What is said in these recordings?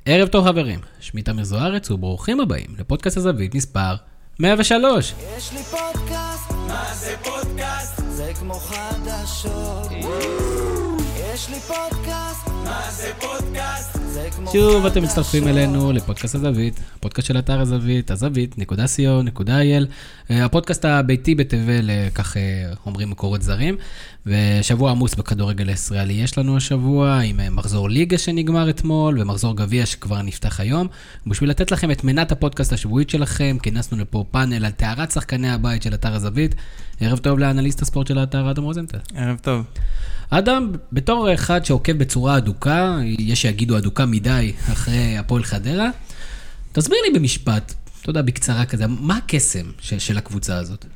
ערב טוב חברים, שמי תמיר זוארץ וברוכים הבאים לפודקאסט הזווית מספר 103. יש לי פודקאסט, מה זה פודקאסט? זה כמו חדשות. יש לי פודקאסט, מה זה פודקאסט? זה כמו שוב אתם מצטרפים אלינו לפודקאסט הזווית, הפודקאסט של אתר הזווית, הזווית.co.il, הפודקאסט הביתי בתבל, כך אומרים מקורות זרים, ושבוע עמוס בכדורגל הישראלי יש לנו השבוע, עם מחזור ליגה שנגמר אתמול, ומחזור גביע שכבר נפתח היום, ובשביל לתת לכם את מנת הפודקאסט השבועית שלכם, כינסנו לפה פאנל על תארת שחקני הבית של אתר הזווית. ערב טוב לאנליסט הספורט של האתר, אדם רוזנטל. ערב טוב. אדם, בתור אחד שעוקב בצורה אדוקה, יש שיגידו אדוקה מדי אחרי הפועל חדרה, תסביר לי במשפט, אתה יודע, בקצרה כזה, מה הקסם של הקבוצה הזאת?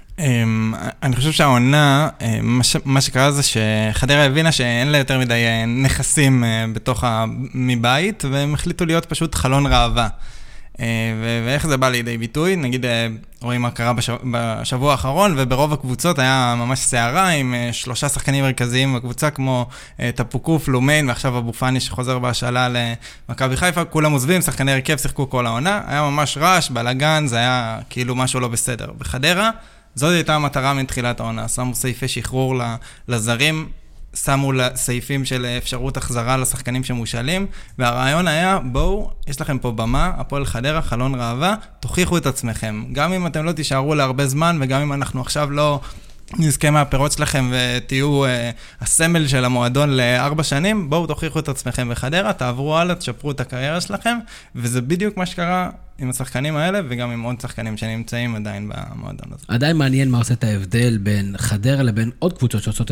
אני חושב שהעונה, מה שקרה זה שחדרה הבינה שאין לה יותר מדי נכסים בתוך מבית, והם החליטו להיות פשוט חלון ראווה. ואיך זה בא לידי ביטוי? נגיד, רואים מה קרה בשבוע האחרון, וברוב הקבוצות היה ממש סערה עם 3 שחקנים מרכזיים בקבוצה, כמו טפוקוף, לומיין, ועכשיו אבו פאני שחוזר בהשאלה למכבי חיפה, כולם עוזבים, שחקני הרכב שיחקו כל העונה, היה ממש רעש, בלגן, זה היה כאילו משהו לא בסדר. בחדרה, זאת הייתה המטרה מתחילת העונה, שמו סעיפי שחרור לזרים, שמו סעיפים של אפשרות החזרה לשחקנים שמושאלים, והרעיון היה, בואו, יש לכם פה במה, הפועל חדרה, חלון ראווה, תוכיחו את עצמכם. גם אם אתם לא תישארו להרבה זמן, וגם אם אנחנו עכשיו לא נזכה מהפירות שלכם, ותהיו הסמל של המועדון ל4 שנים, בואו תוכיחו את עצמכם בחדרה, תעברו הלאה, תשפרו את הקריירה שלכם, וזה בדיוק מה שקרה עם השחקנים האלה, וגם עם עוד שחקנים שנמצאים עדיין במועדון הזה. עדיין מעניין מה עושה את ההבדל בין חדרה לבין עוד קבוצות שעושות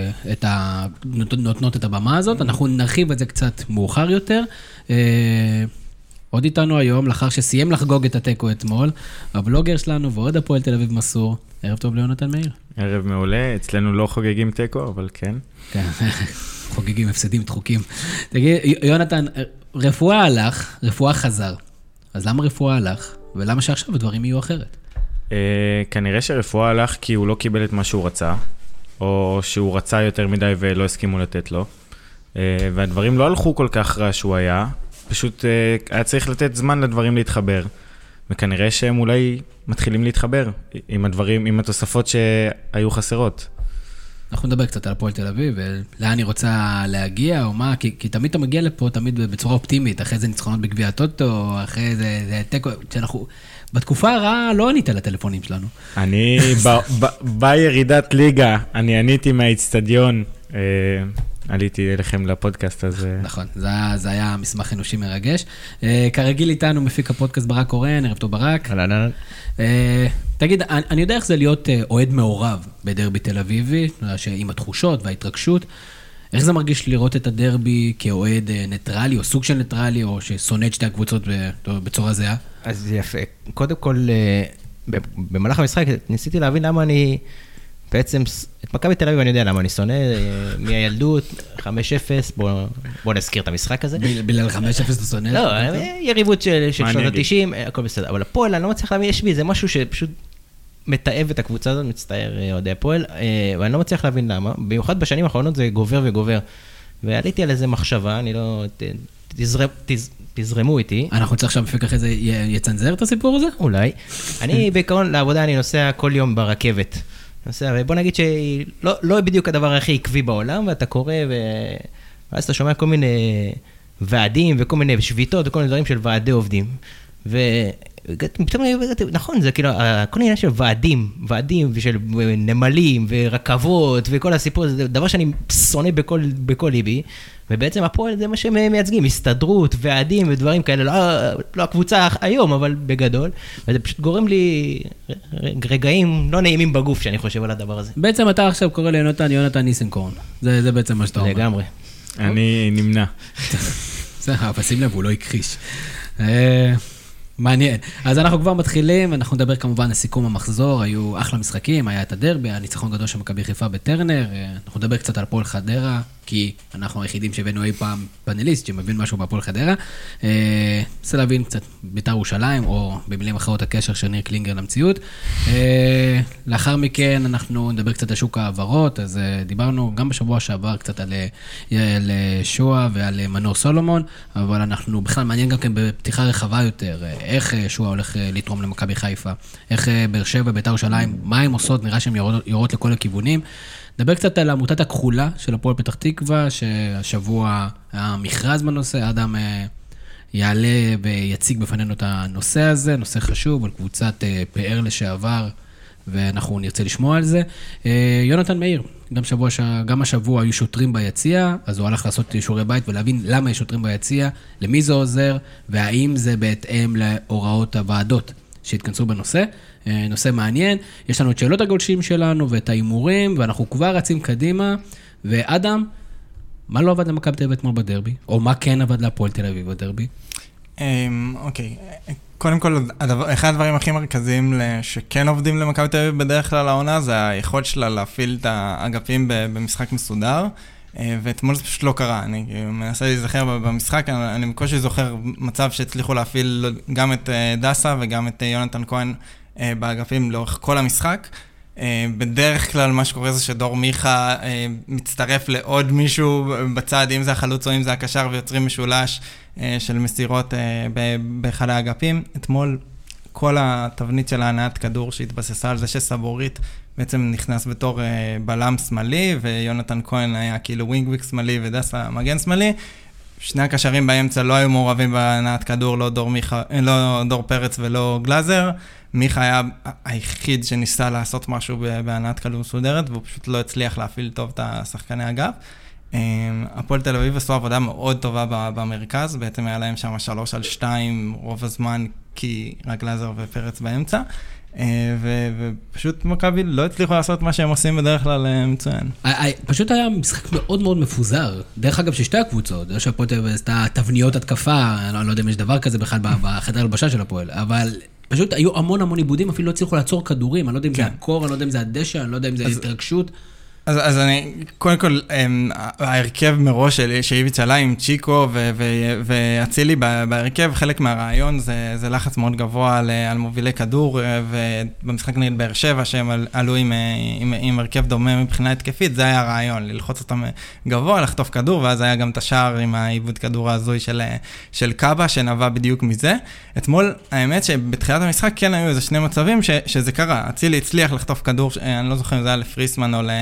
נותנות את הבמה הזאת. אנחנו נרחיב את זה קצת מאוחר יותר. עוד איתנו היום, לאחר שסיים לחגוג את הטקו אתמול, הבלוגר שלנו ועוד הפועל תל אביב מסור. ערב טוב ליונתן מאיר. ערב מעולה, אצלנו לא חוגגים טקו, אבל כן. כן, חוגגים, הפסדים דחוקים. תגיד, יונתן, רפואה הלך, רפואה חזר. אז למה רפואה הלך, ולמה שעכשיו הדברים יהיו אחרת? כנראה שרפואה הלך כי הוא לא קיבל את מה שהוא רצה, או שהוא רצה יותר מדי ולא הסכימו לתת לו, והדברים לא הלכו כל כך רע שהוא היה, פשוט היה צריך לתת זמן לדברים להתחבר, וכנראה שהם אולי מתחילים להתחבר עם הדברים, עם התוספות שהיו חסרות. אנחנו נדבר קצת על הפועל תל אביב, ולאן אני רוצה להגיע, או מה, כי תמיד אתה מגיע לפה, תמיד בצורה אופטימית, אחרי זה ניצחונות בגביע הטוטו, אחרי זה טקו, כשאנחנו, בתקופה הרעה לא ענית לטלפונים שלנו. אני, בירידת ליגה, אני עניתי מהאצטדיון, עליתי אליכם לפודקאסט הזה. נכון, זה היה מסמך אנושי מרגש. כרגיל איתנו מפיק הפודקאסט ברק קורן, ערב טוב ברק. אהלן. תגיד, אני יודע איך זה להיות אוהד מעורב בדרבי תל אביבי, עם התחושות וההתרגשות. איך זה מרגיש לראות את הדרבי כאוהד ניטרלי, או סוג של ניטרלי, או ששונא את שתי הקבוצות בצורה זהה? אז יפה. קודם כל, במהלך המשחק ניסיתי להבין למה אני... בעצם, את מכבי תל אביב אני יודע למה אני שונא, מהילדות, 5-0, בוא נזכיר את המשחק הזה. בגלל 5-0 אתה שונא? לא, יריבות של שנות ה-90, הכל בסדר. אבל הפועל, אני לא מצליח להבין, יש בי איזה משהו שפשוט מתאב את הקבוצה הזאת, מצטער אוהדי הפועל, ואני לא מצליח להבין למה. במיוחד בשנים האחרונות זה גובר וגובר. ועליתי על איזה מחשבה, אני לא... תזרמו איתי. אנחנו צריך שהמפיק אחרי זה יצנזר את הסיפור הזה? אולי. אני בעיקרון לעבודה, אני נוסע כל יום ברכבת. בוא נגיד שהיא לא בדיוק הדבר הכי עקבי בעולם, ואתה קורא, ואז אתה שומע כל מיני ועדים, וכל מיני שביתות, וכל מיני דברים של ועדי עובדים. ופתאום נכון, זה כאילו, כל מיני של ועדים, ושל נמלים, ורכבות, וכל הסיפור, זה דבר שאני שונא בכל ליבי, ובעצם הפועל זה מה שהם מייצגים, הסתדרות, ועדים ודברים כאלה, לא הקבוצה היום, אבל בגדול, וזה פשוט גורם לי רגעים לא נעימים בגוף שאני חושב על הדבר הזה. בעצם אתה עכשיו קורא ליונתן ניסנקורן, זה בעצם מה שאתה אומר. לגמרי. אני נמנע. אבל שים לב, הוא לא הכחיש. מעניין. אז אנחנו כבר מתחילים, אנחנו נדבר כמובן על סיכום המחזור, היו אחלה משחקים, היה את הדרבי, הניצחון גדול של מכבי חיפה בטרנר, אנחנו נדבר קצת על הפועל חדרה, כי אנחנו היחידים שהבאנו אי פעם פאנליסט שמבין משהו בהפועל חדרה. רוצה להבין קצת בית"ר ירושלים, או במילים אחרות הקשר של ניר קלינגר למציאות. לאחר מכן אנחנו נדבר קצת על שוק העברות, אז דיברנו גם בשבוע שעבר קצת על שואה ועל מנור סולומון, אבל אנחנו בכלל מעניין גם כן בפתיחה רחבה יותר, איך שואה הולך לתרום למכבי חיפה, איך באר שבע, בית"ר ירושלים, מה הם עושות, נראה שהן יורות לכל הכיוונים. נדבר קצת על עמותת הכחולה של הפועל פתח תקווה, שהשבוע היה מכרז בנושא, אדם יעלה ויציג בפנינו את הנושא הזה, נושא חשוב, על קבוצת פאר לשעבר, ואנחנו נרצה לשמוע על זה. יונתן מאיר, גם השבוע היו שוטרים ביציע, אז הוא הלך לעשות שיעורי בית ולהבין למה יש שוטרים ביציע, למי זה עוזר, והאם זה בהתאם להוראות הוועדות שהתכנסו בנושא. נושא מעניין, יש לנו את שאלות הגולשים שלנו ואת האימורים, ואנחנו כבר רצים קדימה, ואדם, מה לא עבד למכבי תל אביב אתמול בדרבי? או מה כן עבד להפועל תל אביב בדרבי? אוקיי, קודם כל, אחד הדברים הכי מרכזיים שכן עובדים למכבי תל אביב בדרך כלל העונה, זה היכולת שלה להפעיל את האגפים במשחק מסודר, ואתמול זה פשוט לא קרה. אני מנסה להיזכר במשחק, אני בקושי זוכר מצב שהצליחו להפעיל גם את דסה וגם את יונתן כהן באגפים לאורך כל המשחק. בדרך כלל מה שקורה זה שדור מיכה מצטרף לעוד מישהו בצד, אם זה החלוץ או אם זה הקשר, ויוצרים משולש של מסירות באחד האגפים. אתמול כל התבנית של ההנעת כדור שהתבססה על זה שסבורית בעצם נכנס בתור בלם שמאלי, ויונתן כהן היה כאילו ווינגוויק שמאלי ודסה מגן שמאלי. שני הקשרים באמצע לא היו מעורבים בהנעת כדור, לא דור פרץ ולא גלאזר. מיכה היה היחיד שניסה לעשות משהו בהנעת כדור מסודרת, והוא פשוט לא הצליח להפעיל טוב את השחקני אגף. הפועל תל אביב עשו עבודה מאוד טובה במרכז, בעצם היה להם שם 3-2 רוב הזמן, כי רק גלאזר ופרץ באמצע, ופשוט מכבי לא הצליחו לעשות מה שהם עושים בדרך כלל מצוין. פשוט היה משחק מאוד מאוד מפוזר, דרך אגב ששתי הקבוצות, זה שהפועל תל אביב עשתה תבניות התקפה, אני לא יודע אם יש דבר כזה בכלל בחדר הלבשה של הפועל, אבל פשוט היו המון עיבודים, אפילו לא הצליחו לעצור כדורים, אני לא יודע אם זה הקור, אני לא יודע אם זה הדשא, אני לא יודע אם זה התרגשות. אז אני, קודם כל, ההרכב מראש שאיביץ' עלה עם צ'יקו והצילי בהרכב, חלק מהרעיון זה לחץ מאוד גבוה על מובילי כדור, ובמשחק נגד באר שבע, שהם עלו עם הרכב דומה מבחינה התקפית, זה היה הרעיון, ללחוץ אותם גבוה, לחטוף כדור, ואז היה גם את השער עם העיבוד כדור הזוי של קאבה, שנבע בדיוק מזה. אתמול, האמת שבתחילת המשחק כן היו איזה שני מצבים שזה קרה. הצילי הצליח לחטוף כדור, אני לא זוכר אם זה היה לפריסמן או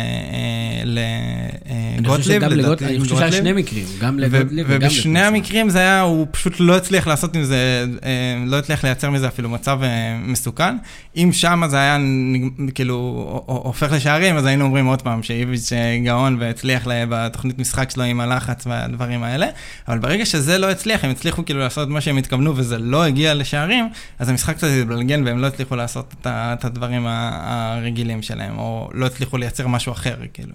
לגוטליב, אני חושב שהיה שני מקרים, גם לגוטליב וגם ובשני המקרים זה היה, הוא פשוט לא הצליח לעשות עם זה, לא הצליח לייצר מזה אפילו מצב מסוכן. אם שם זה היה כאילו הופך לשערים, אז היינו אומרים עוד פעם שאיביץ' גאון והצליח בתוכנית משחק שלו עם הלחץ והדברים האלה, אבל ברגע שזה לא הצליח, הם הצליחו כאילו לעשות מה שהם התכוונו וזה לא הגיע לשערים, אז המשחק קצת התבלגן והם לא הצליחו לעשות את הדברים הרגילים שלהם, או לא הצליחו לייצר משהו אחר, כאילו.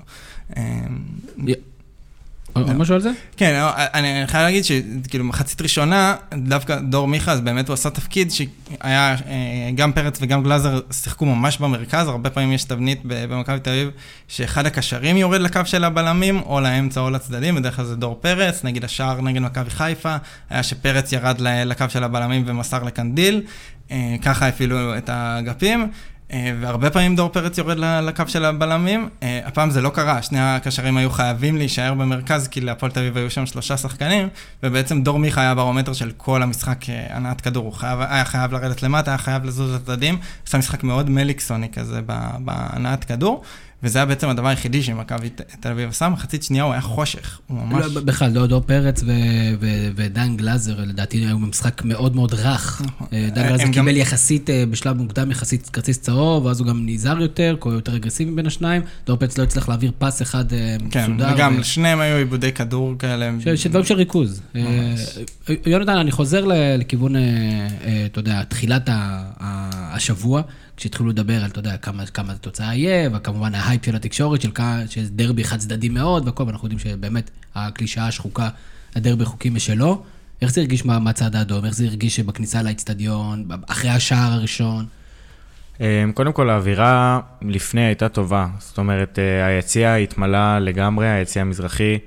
עוד משהו על זה? כן, אני חייב להגיד שכאילו מחצית ראשונה, דווקא דור מיכה, אז באמת הוא עשה תפקיד שהיה גם פרץ וגם גלאזר שיחקו ממש במרכז, הרבה פעמים יש תבנית במכבי תל אביב, שאחד הקשרים יורד לקו של הבלמים, או לאמצע או לצדדים, בדרך כלל זה דור פרץ, נגיד השער נגד מכבי חיפה, היה שפרץ ירד לקו של הבלמים ומסר לקנדיל, ככה אפילו את האגפים, והרבה פעמים דור פרץ יורד לקו של הבלמים, הפעם זה לא קרה, שני הקשרים היו חייבים להישאר במרכז, כי להפועל תל אביב היו שם 3 שחקנים, ובעצם דור מיכה היה ברומטר של כל המשחק הנעת כדור, הוא היה חייב לרדת למטה, היה חייב לזוז לצדדים, עשה משחק מאוד מליקסוני כזה בהנעת כדור, וזה היה בעצם הדבר היחידי שמכבי תל אביב עשה, מחצית שנייה הוא היה חושך, הוא ממש... בכלל, דור פרץ ודן גלאזר, לדעתי היו במשחק מאוד מאוד רך. דן גלאזר קיבל יחסית, בשלב מוקדם יחסית כרטיס צהוב, ואז הוא גם נזהר יותר, הוא יותר אגרסיבי בין השניים, דור פרץ לא הצליח להעביר פס אחד מסודר. כן, וגם לשניהם היו עיבודי כדור כאלה. שדברים של ריכוז. יונתן, אני חוזר לכיוון, אתה יודע, תחילת השבוע, כשהתחילו לדבר על, אתה יודע, כמה התוצאה יהיה, וכמובן ההייפ של התקשורת, של דרבי חד צדדי מאוד, וכל, ואנחנו יודעים שבאמת הקלישאה השחוקה, הדרבי חוקי משלו. איך זה הרגיש מהצד האדום? איך זה הרגיש בכניסה לאצטדיון, אחרי השער הראשון? קודם כל, האווירה לפני הייתה טובה. זאת אומרת, היציאה התמלא לגמרי, היציאה המזרחי,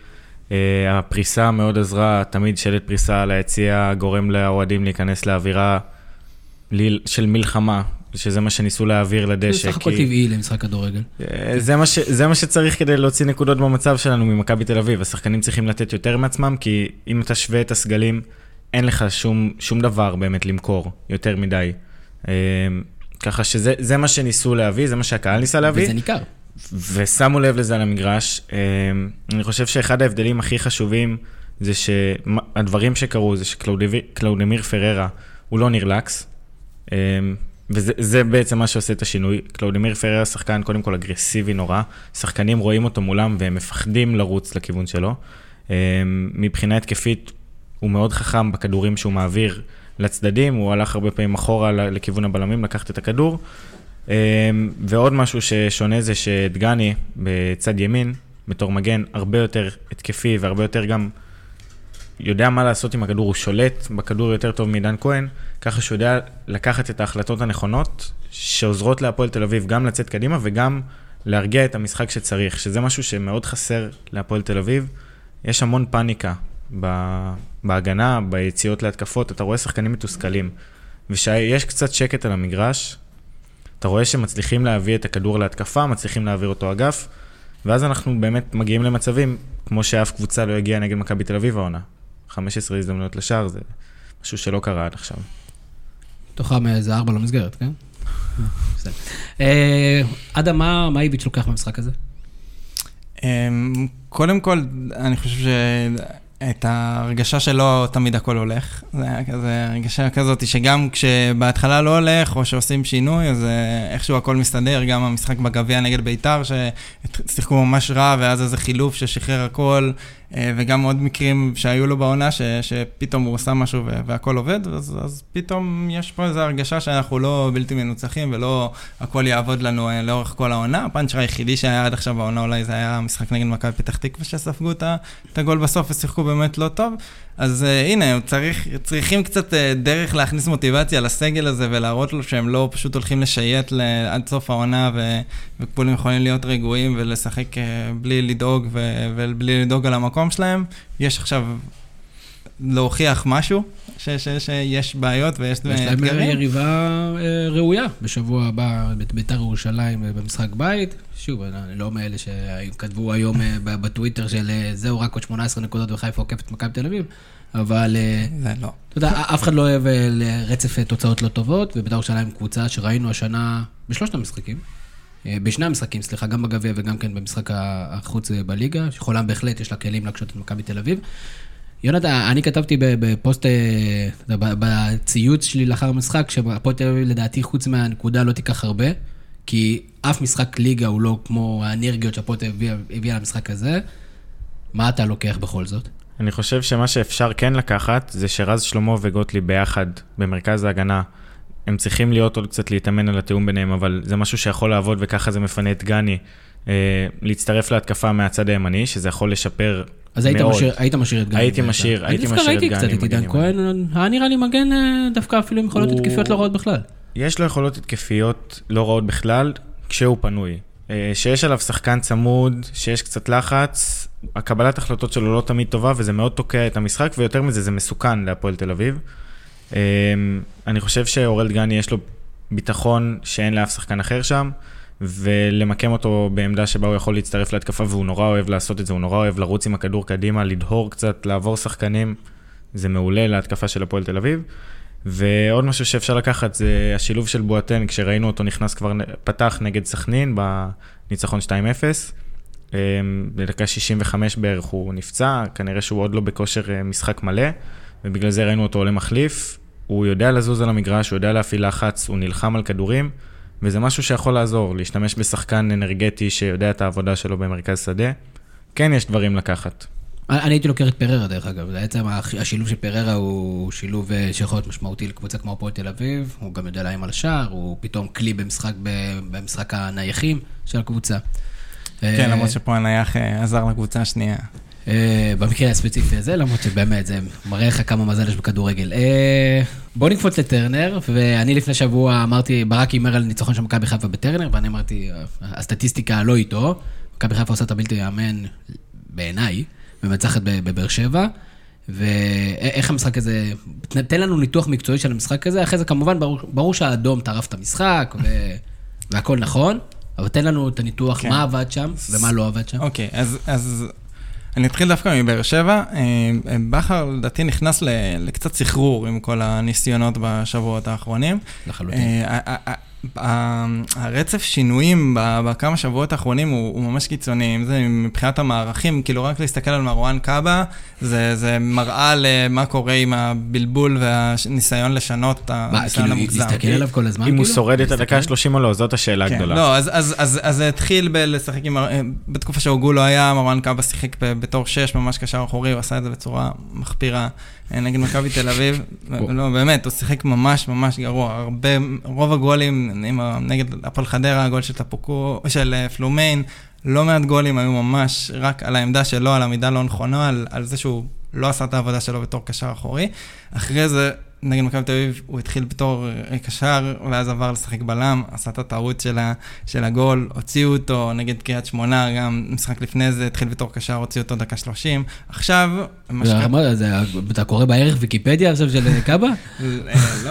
הפריסה מאוד עזרה, תמיד שלט פריסה על היציאה גורם לאוהדים להיכנס לאווירה של מלחמה, שזה מה שניסו להעביר לדשא. זה סך הכל טבעי למשחק כדורגל. זה מה שצריך כדי להוציא נקודות במצב שלנו ממכבי תל אביב. השחקנים צריכים לתת יותר מעצמם, כי אם אתה שווה את הסגלים, אין לך שום דבר באמת למכור יותר מדי. ככה שזה מה שניסו להביא, זה מה שהקהל ניסה להביא. וזה ניכר. ושמו לב לזה על המגרש. אני חושב שאחד ההבדלים הכי חשובים, זה שהדברים שקרו, זה שקלאודמיר פררה, הוא לא נרלקס. וזה בעצם מה שעושה את השינוי. קלאודמיר פררה שחקן קודם כל אגרסיבי נורא, שחקנים רואים אותו מולם והם מפחדים לרוץ לכיוון שלו. מבחינה התקפית הוא מאוד חכם בכדורים שהוא מעביר לצדדים, הוא הלך הרבה פעמים אחורה לכיוון הבלמים לקחת את הכדור. ועוד משהו ששונה זה שדגני בצד ימין, בתור מגן, הרבה יותר התקפי והרבה יותר גם יודע מה לעשות עם הכדור, הוא שולט בכדור יותר טוב מעידן כהן, ככה שהוא יודע לקחת את ההחלטות הנכונות שעוזרות להפועל תל אביב גם לצאת קדימה וגם להרגיע את המשחק שצריך, שזה משהו שמאוד חסר להפועל תל אביב. יש המון פאניקה בהגנה, ביציאות להתקפות, אתה רואה שחקנים מתוסכלים, ושיש קצת שקט על המגרש, אתה רואה שמצליחים להביא את הכדור להתקפה, מצליחים להעביר אותו אגף, ואז אנחנו באמת מגיעים למצבים, כמו שאף קבוצה לא הגיעה נגד מכבי תל אביב העונה. 15 הזדמנויות לשער, זה משהו שלא קרה עד עכשיו. תוכם איזה 4 לא מסגרת, כן? אדם, מה איביץ' לוקח מהמשחק הזה? קודם כל, אני חושב את ההרגשה שלא תמיד הכל הולך. זה היה כזה הרגשה כזאת שגם כשבהתחלה לא הולך או שעושים שינוי, אז איכשהו הכל מסתדר. גם המשחק בגביע נגד ביתר ששיחקו ממש רע ואז איזה חילוף ששחרר הכל, וגם עוד מקרים שהיו לו בעונה שפתאום הוא עושה משהו והכל עובד, אז פתאום יש פה איזו הרגשה שאנחנו לא בלתי מנוצחים ולא הכל יעבוד לנו לאורך כל העונה. הפאנצ'ר היחידי שהיה עד עכשיו בעונה אולי זה היה המשחק נגד מכבי פתח תקווה שספגו את הגול בסוף ושיחקו באמת לא טוב. אז הנה, צריכים קצת דרך להכניס מוטיבציה לסגל הזה ולהראות לו שהם לא פשוט הולכים לשייט עד סוף העונה וכולם יכולים להיות רגועים ולשחק בלי לדאוג ובלי לדאוג על המקום שלהם. יש עכשיו להוכיח משהו שיש בעיות ויש אתגרים. יש להם יריבה ראויה בשבוע הבא בית"ר ירושלים במשחק בית. שוב, אני לא מאלה שכתבו היום בטוויטר של זהו רק עוד 18 נקודות וחיפה עוקפת מכבי תל אביב, אבל זה לא. אתה יודע, אף אחד לא אוהב רצף תוצאות לא טובות, ובית"ר ירושלים קבוצה שראינו השנה בשלושת המשחקים, בשני המשחקים, סליחה, גם בגביע וגם כן במשחק החוץ בליגה, שיכולה בהחלט, יש לה כלים להקשות את מכבי תל אביב. יונתן, אני כתבתי בפוסט, בציוץ שלי לאחר המשחק, שהפועל תל אביב לדעתי חוץ מהנקודה לא תיקח הרבה, כי אף משחק ליגה הוא לא כמו האנרגיות שהפועל תל אביב הביאה למשחק הזה. מה אתה לוקח בכל זאת? אני חושב שמה שאפשר כן לקחת, זה שרז שלמה וגוטליב ביחד במרכז ההגנה, הם צריכים להיות עוד קצת להתאמן על התיאום ביניהם, אבל זה משהו שיכול לעבוד, וככה זה מפנה את גני, להצטרף להתקפה מהצד הימני, שזה יכול לשפר אז היית משאיר את גני. הייתי משאיר את גני. אני דווקא ראיתי קצת את עידן כהן, נראה לי מגן דווקא אפילו עם יכולות התקפיות לא רעות בכלל. יש לו יכולות התקפיות לא רעות בכלל, כשהוא פנוי. שיש עליו שחקן צמוד, שיש קצת לחץ, הקבלת החלטות שלו לא תמיד טובה, וזה מאוד תוקע את המשחק, ויותר מזה זה מסוכן להפועל תל אביב. אני חושב שאורל דגני יש לו ביטחון שאין לאף שחקן אחר שם, ולמקם אותו בעמדה שבה הוא יכול להצטרף להתקפה, והוא נורא אוהב לעשות את זה, הוא נורא אוהב לרוץ עם הכדור קדימה, לדהור קצת, לעבור שחקנים, זה מעולה להתקפה של הפועל תל אביב. ועוד משהו שאפשר לקחת זה השילוב של בואטן, כשראינו אותו נכנס כבר, פתח נגד סכנין בניצחון 2-0, בדקה 65 בערך הוא נפצע, כנראה שהוא עוד לא בכושר משחק מלא, ובגלל זה ראינו אותו עולה מחליף, הוא יודע לזוז על המגרש, הוא יודע להפעיל לחץ, הוא נלחם על כדורים, וזה משהו שיכול לעזור, להשתמש בשחקן אנרגטי שיודע את העבודה שלו במרכז שדה. כן, יש דברים לקחת. אני הייתי לוקח את פררה דרך אגב, בעצם השילוב של פררה הוא שילוב שיכול להיות משמעותי לקבוצה כמו הפועל תל אביב, הוא גם יודע להם על השער, הוא פתאום כלי במשחק הנייחים של הקבוצה. כן, למרות שפה הנייח עזר לקבוצה השנייה. במקרה הספציפי הזה, למרות שבאמת זה מראה לך כמה מזל יש בכדורגל. בוא נקפוץ לטרנר, ואני לפני שבוע אמרתי, ברק אימר על ניצחון של מכבי חיפה בטרנר, ואני אמרתי, הסטטיסטיקה לא איתו, מכבי חיפה עושה את הבלתי יאמן בעיניי, ומנצחת בבאר שבע, ואיך המשחק הזה, תן לנו ניתוח מקצועי של המשחק הזה, אחרי זה כמובן ברור שהאדום טרף את המשחק, והכל נכון, אבל תן לנו את הניתוח, מה עבד שם ומה לא עבד שם. אוקיי, אז אני אתחיל דווקא מבאר שבע. בכר, לדעתי, נכנס לקצת סחרור עם כל הניסיונות בשבועות האחרונים. לחלוטין. הרצף שינויים בכמה שבועות האחרונים הוא ממש קיצוני. אם זה מבחינת המערכים, כאילו רק להסתכל על מרואן קאבה, זה מראה למה קורה עם הבלבול והניסיון לשנות את הניסיון המוגזם. להסתכל עליו כל הזמן? אם הוא שורד את הדקה 30 או לא, זאת השאלה הגדולה. לא, אז זה התחיל לשחק בתקופה שהוגו לא היה, מרואן קאבה שיחק בתור 6, ממש קשר אחורי, הוא עשה את זה בצורה מחפירה. נגד מכבי תל אביב, לא, באמת, הוא שיחק ממש ממש גרוע. רוב הגולים, נגד הפועל חדרה, הגול של פלומיין, לא מעט גולים היו ממש רק על העמדה שלו, על העמידה לא נכונה, על זה שהוא לא עשה את העבודה שלו בתור קשר אחורי. אחרי זה, נגד מכבי תל אביב, הוא התחיל בתור קשר, ואז עבר לשחק בלם, עשה את הטעות של הגול, הוציאו אותו נגד קריית שמונה, גם משחק לפני זה, התחיל בתור קשר, הוציאו אותו דקה 30. עכשיו, אתה קורא בערך ויקיפדיה עכשיו של קאבה? לא.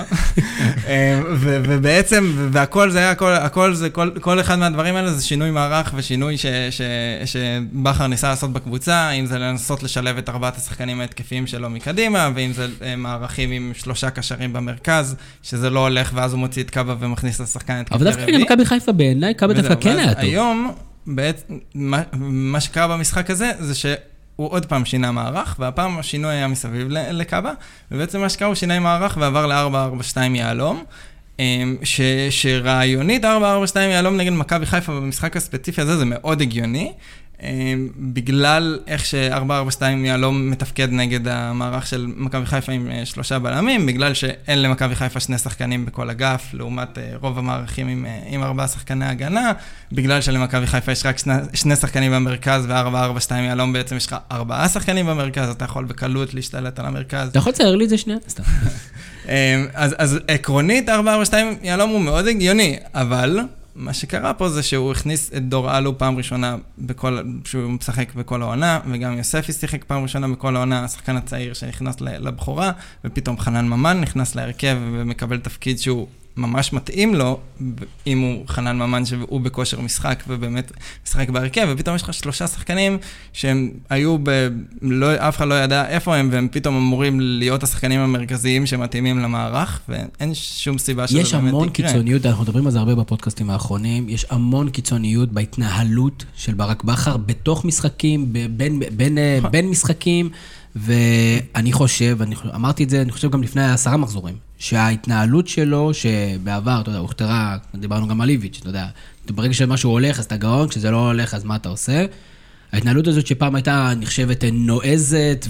ובעצם, והכל זה היה, כל אחד מהדברים האלה זה שינוי מערך ושינוי שבכר ניסה לעשות בקבוצה, אם זה לנסות לשלב את 4 השחקנים ההתקפיים שלו מקדימה, ואם זה מערכים עם 3 קשרים במרכז, שזה לא הולך, ואז הוא מוציא את קאבה ומכניס לשחקן את אבל דווקא נגד מכבי חיפה בעיניי, קאבה דווקא כן היה טוב. היום, מה שקרה במשחק הזה, זה שהוא עוד פעם שינה מערך, והפעם השינוי היה מסביב לקאבה, ובעצם מה שקרה הוא שינה מערך ועבר ל-4-4-2 יעלום, שרעיונית 4-4-2 יעלום נגד מכבי חיפה במשחק הספציפי הזה, זה מאוד הגיוני, בגלל איך ש-4-4-2 יעלום מתפקד נגד המערך של מכבי חיפה עם 3 בלמים, בגלל שאין למכבי חיפה 2 שחקנים בכל אגף, לעומת רוב המערכים עם 4 שחקני הגנה, בגלל שלמכבי חיפה יש רק 2 שחקנים במרכז, ו-4-4-2 יעלום בעצם יש לך 4 שחקנים במרכז, אתה יכול בקלות להשתלט על המרכז. אתה יכול לצייר לי את זה שנייה? סתם. אז עקרונית 4-4-2 יעלום הוא מאוד הגיוני, אבל מה שקרה פה זה שהוא הכניס את דור אלו פעם ראשונה שהוא משחק בכל העונה, וגם יוספי שיחק פעם ראשונה בכל העונה, השחקן הצעיר שנכנס לבחורה, ופתאום חנן ממן נכנס להרכב ומקבל תפקיד שהוא ממש מתאים לו, אם הוא חנן ממן שהוא בכושר משחק ובאמת משחק בהרכב, ופתאום יש לך 3 שחקנים שהם היו אף אחד לא ידע איפה הם, והם פתאום אמורים להיות השחקנים המרכזיים שמתאימים למערך, ואין שום סיבה שזה באמת יקרה. יש המון קיצוניות, אנחנו מדברים על זה הרבה בפודקאסטים האחרונים, יש המון קיצוניות בהתנהלות של ברק בכר, בתוך משחקים, בין משחקים, ואני חושב, אמרתי את זה, אני חושב גם לפני 10 מחזורים, שההתנהלות שלו, שבעבר, אתה יודע, הוכתרה, דיברנו גם על איביץ', אתה יודע, ברגע שמשהו הולך, אז אתה גאון, כשזה לא הולך, אז מה אתה עושה? ההתנהלות הזאת שפעם הייתה נחשבת נועזת,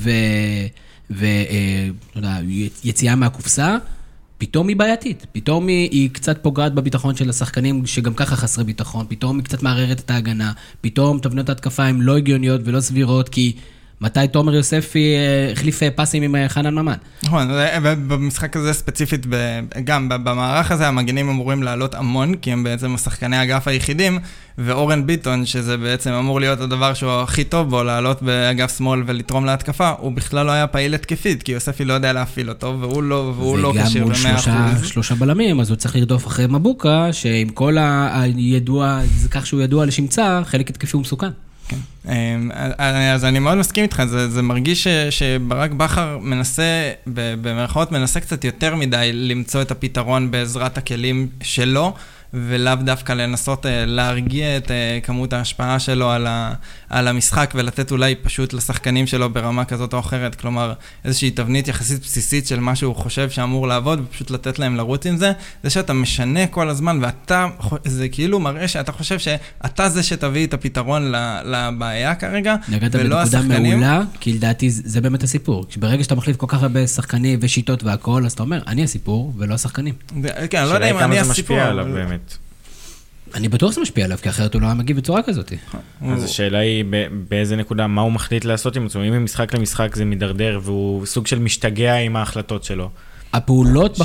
יציאה מהקופסה, פתאום היא בעייתית, פתאום היא קצת פוגעת בביטחון של השחקנים, שגם ככה חסרי ביטחון, פתאום היא קצת מערערת את ההגנה, פתאום תבניות ההתקפה הן לא הגיוניות ולא סבירות, כי מתי תומר יוספי החליף פסים עם חנן ממן? נכון, במשחק הזה ספציפית, גם במערך הזה המגנים אמורים לעלות המון, כי הם בעצם השחקני האגף היחידים, ואורן ביטון, שזה בעצם אמור להיות הדבר שהוא הכי טוב בו, לעלות באגף שמאל ולתרום להתקפה, הוא בכלל לא היה פעיל התקפית, כי יוספי לא יודע להפעיל אותו, והוא לא קשיר ב-100%. וגם הוא 3 בלמים, אז הוא צריך לרדוף אחרי מבוקה, שעם כל הידוע, זה כך שהוא ידוע לשמצה, חלק התקפי הוא מסוכן. כן. אז אני מאוד מסכים איתך, זה מרגיש שברק בכר מנסה, במרכאות מנסה קצת יותר מדי למצוא את הפתרון בעזרת הכלים שלו, ולאו דווקא לנסות להרגיע את כמות ההשפעה שלו על המשחק, ולתת אולי פשוט לשחקנים שלו ברמה כזאת או אחרת, כלומר איזושהי תבנית יחסית בסיסית של מה שהוא חושב שאמור לעבוד, ופשוט לתת להם לרוץ עם זה, זה שאתה משנה כל הזמן, ואתה, זה כאילו מראה שאתה חושב שאתה זה שתביא את הפתרון לבעיה כרגע, ולא השחקנים. נגעת בנקודה מעולה, כי לדעתי זה באמת הסיפור. ברגע שאתה מחליף כל כך הרבה שחקנים ושיטות והכל, אז אתה אומר, אני הסיפור ולא השחקנים. כן, אני לא יודע אם אני הסיפור. אני בטוח שזה משפיע עליו, כי אחרת הוא לא מגיב בצורה כזאת. אז השאלה היא באיזה נקודה, מה הוא מחליט לעשות עם עצמו? אם ממשחק למשחק זה מדרדר, והוא סוג של משתגע עם ההחלטות שלו. הפעולות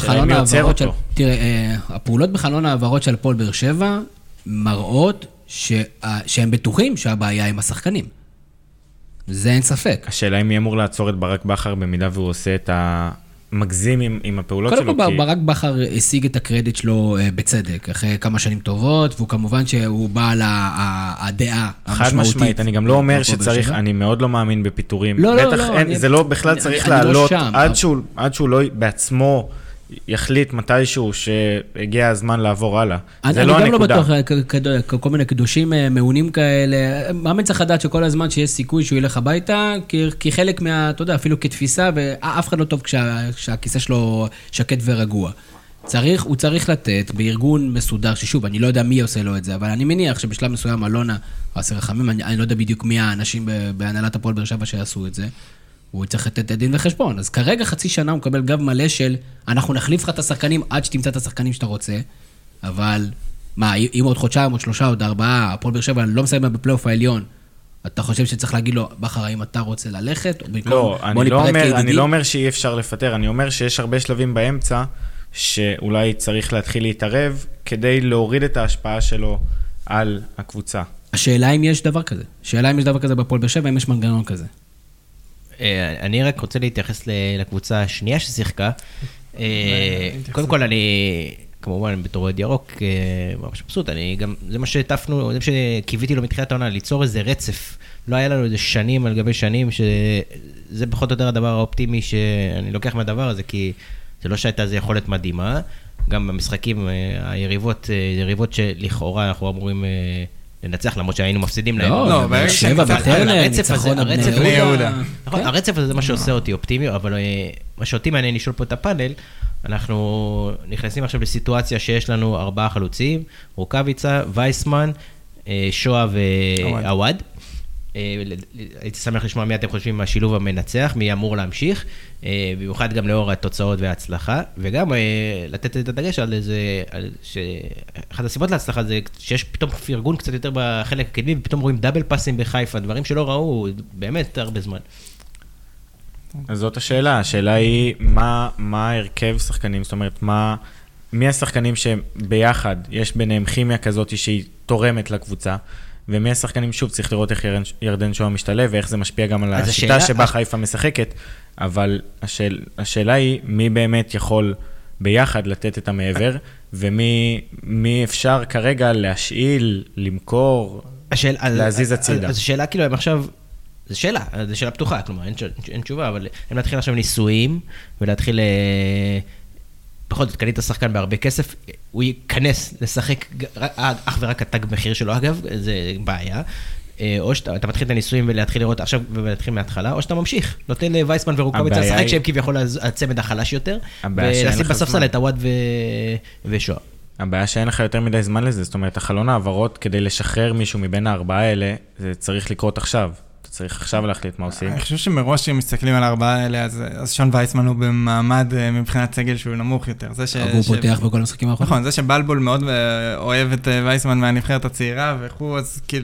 בחלון העברות של הפועל באר שבע מראות שהם בטוחים שהבעיה עם השחקנים. זה אין ספק. השאלה אם מי אמור לעצור את ברק בכר במידה והוא עושה את המגזים עם הפעולות שלו. קודם כל, ברק בכר השיג את הקרדיט שלו בצדק, אחרי כמה שנים טובות, והוא כמובן שהוא בעל הדעה המשמעותית. חד משמעית, אני גם לא אומר שצריך, אני מאוד לא מאמין בפיטורים. לא, זה לא בכלל צריך לעלות עד שהוא לא בעצמו יחליט מתישהו שהגיע הזמן לעבור הלאה. זה לא הנקודה. אני גם לא בטוח, כל מיני קדושים מעונים כאלה, מאמן צריך לדעת שכל הזמן שיש סיכוי שהוא ילך הביתה, כי חלק אתה יודע, אפילו כתפיסה, ואף אחד לא טוב כשהכיסא שלו שקט ורגוע. הוא צריך לתת בארגון מסודר, ששוב, אני לא יודע מי עושה לו את זה, אבל אני מניח שבשלב מסוים אלונה, או עשר רחמים, אני לא יודע בדיוק מי האנשים בהנהלת הפועל באר שבע שיעשו את זה, הוא צריך לתת דין וחשבון. אז כרגע חצי שנה הוא מקבל גב מלא של, אנחנו נחליף לך את השחקנים עד שתמצא את השחקנים שאתה רוצה, אבל מה, אם עוד חודשיים, עוד 3, עוד 4, הפועל באר שבע לא מסיים בפלייאוף העליון, אתה חושב שצריך להגיד לו, בכר, האם אתה רוצה ללכת? לא, אני לא אומר שאי אפשר לפטר, אני אומר שיש הרבה שלבים באמצע, שאולי צריך להתחיל להתערב, כדי להוריד את ההשפעה שלו על הקבוצה. השאלה אם יש דבר כזה. השאלה אם יש דבר כזה בפועל באר שבע, אם יש מנגנון כזה. אני רק רוצה להתייחס לקבוצה השנייה ששיחקה. קודם כל, אני, כמובן, בתור אוהד ירוק, ממש מבסוט, זה מה שטפנו, זה מה שקיוויתי לו מתחילת העונה, ליצור איזה רצף. לא היה לנו איזה שנים על גבי שנים, שזה פחות או יותר הדבר האופטימי שאני לוקח מהדבר הזה, כי זה לא שהייתה איזו יכולת מדהימה. גם במשחקים, היריבות, יריבות שלכאורה אנחנו אמורים לנצח, למרות שהיינו מפסידים להם. לא, שבע בטרנר, ניצחון בני יהודה. נכון, הרצף הזה זה מה שעושה אותי אופטימי, אבל מה שאותי מעניין לשאול פה את הפאנל, אנחנו נכנסים עכשיו לסיטואציה שיש לנו 4 חלוצים, רוקאביצה, וייסמן, שואה ועווד. הייתי שמח לשמוע מי אתם חושבים מהשילוב המנצח, מי אמור להמשיך, במיוחד גם לאור התוצאות וההצלחה, וגם לתת את הדגש על איזה, שאחת הסיבות להצלחה זה שיש פתאום פרגון קצת יותר בחלק הקדמי, ופתאום רואים דאבל פאסים בחיפה, דברים שלא ראו באמת הרבה זמן. אז זאת השאלה היא מה הרכב שחקנים, זאת אומרת, מי השחקנים שביחד יש ביניהם כימיה כזאת שהיא תורמת לקבוצה, ומי השחקנים, שוב, צריך לראות איך ירדן שואה משתלב, ואיך זה משפיע גם על השיטה שבה חיפה משחקת, אבל השאלה היא, מי באמת יכול ביחד לתת את המעבר, ומי אפשר כרגע להשאיל, למכור, להזיז הצידה. אז השאלה, כאילו, הם עכשיו, זו שאלה פתוחה, כלומר, אין תשובה, אבל הם להתחיל עכשיו ניסויים, ולהתחיל בכל זאת, קנית השחקן בהרבה כסף, הוא ייכנס לשחק אך ורק התג מחיר שלו, אגב, זה בעיה. או שאתה מתחיל את הניסויים ולהתחיל לראות עכשיו ולהתחיל מההתחלה, או שאתה ממשיך, נותן לווייסמן ורוקאביצה לשחק שהם כביכול הצמד החלש יותר, ולשים בספסל את הוואד ושואה. הבעיה שאין לך יותר מדי זמן לזה, זאת אומרת, החלון העברות כדי לשחרר מישהו מבין 4 האלה, זה צריך לקרות עכשיו. אתה צריך עכשיו להחליט מה עושים. אני חושב שמראש אם מסתכלים על 4 האלה, אז שון וייסמן הוא במעמד מבחינת סגל שהוא נמוך יותר. הוא פותח בכל המשחקים האחרונים. נכון, זה שבלבול מאוד אוהב את וייסמן מהנבחרת הצעירה, וכו', אז כאילו,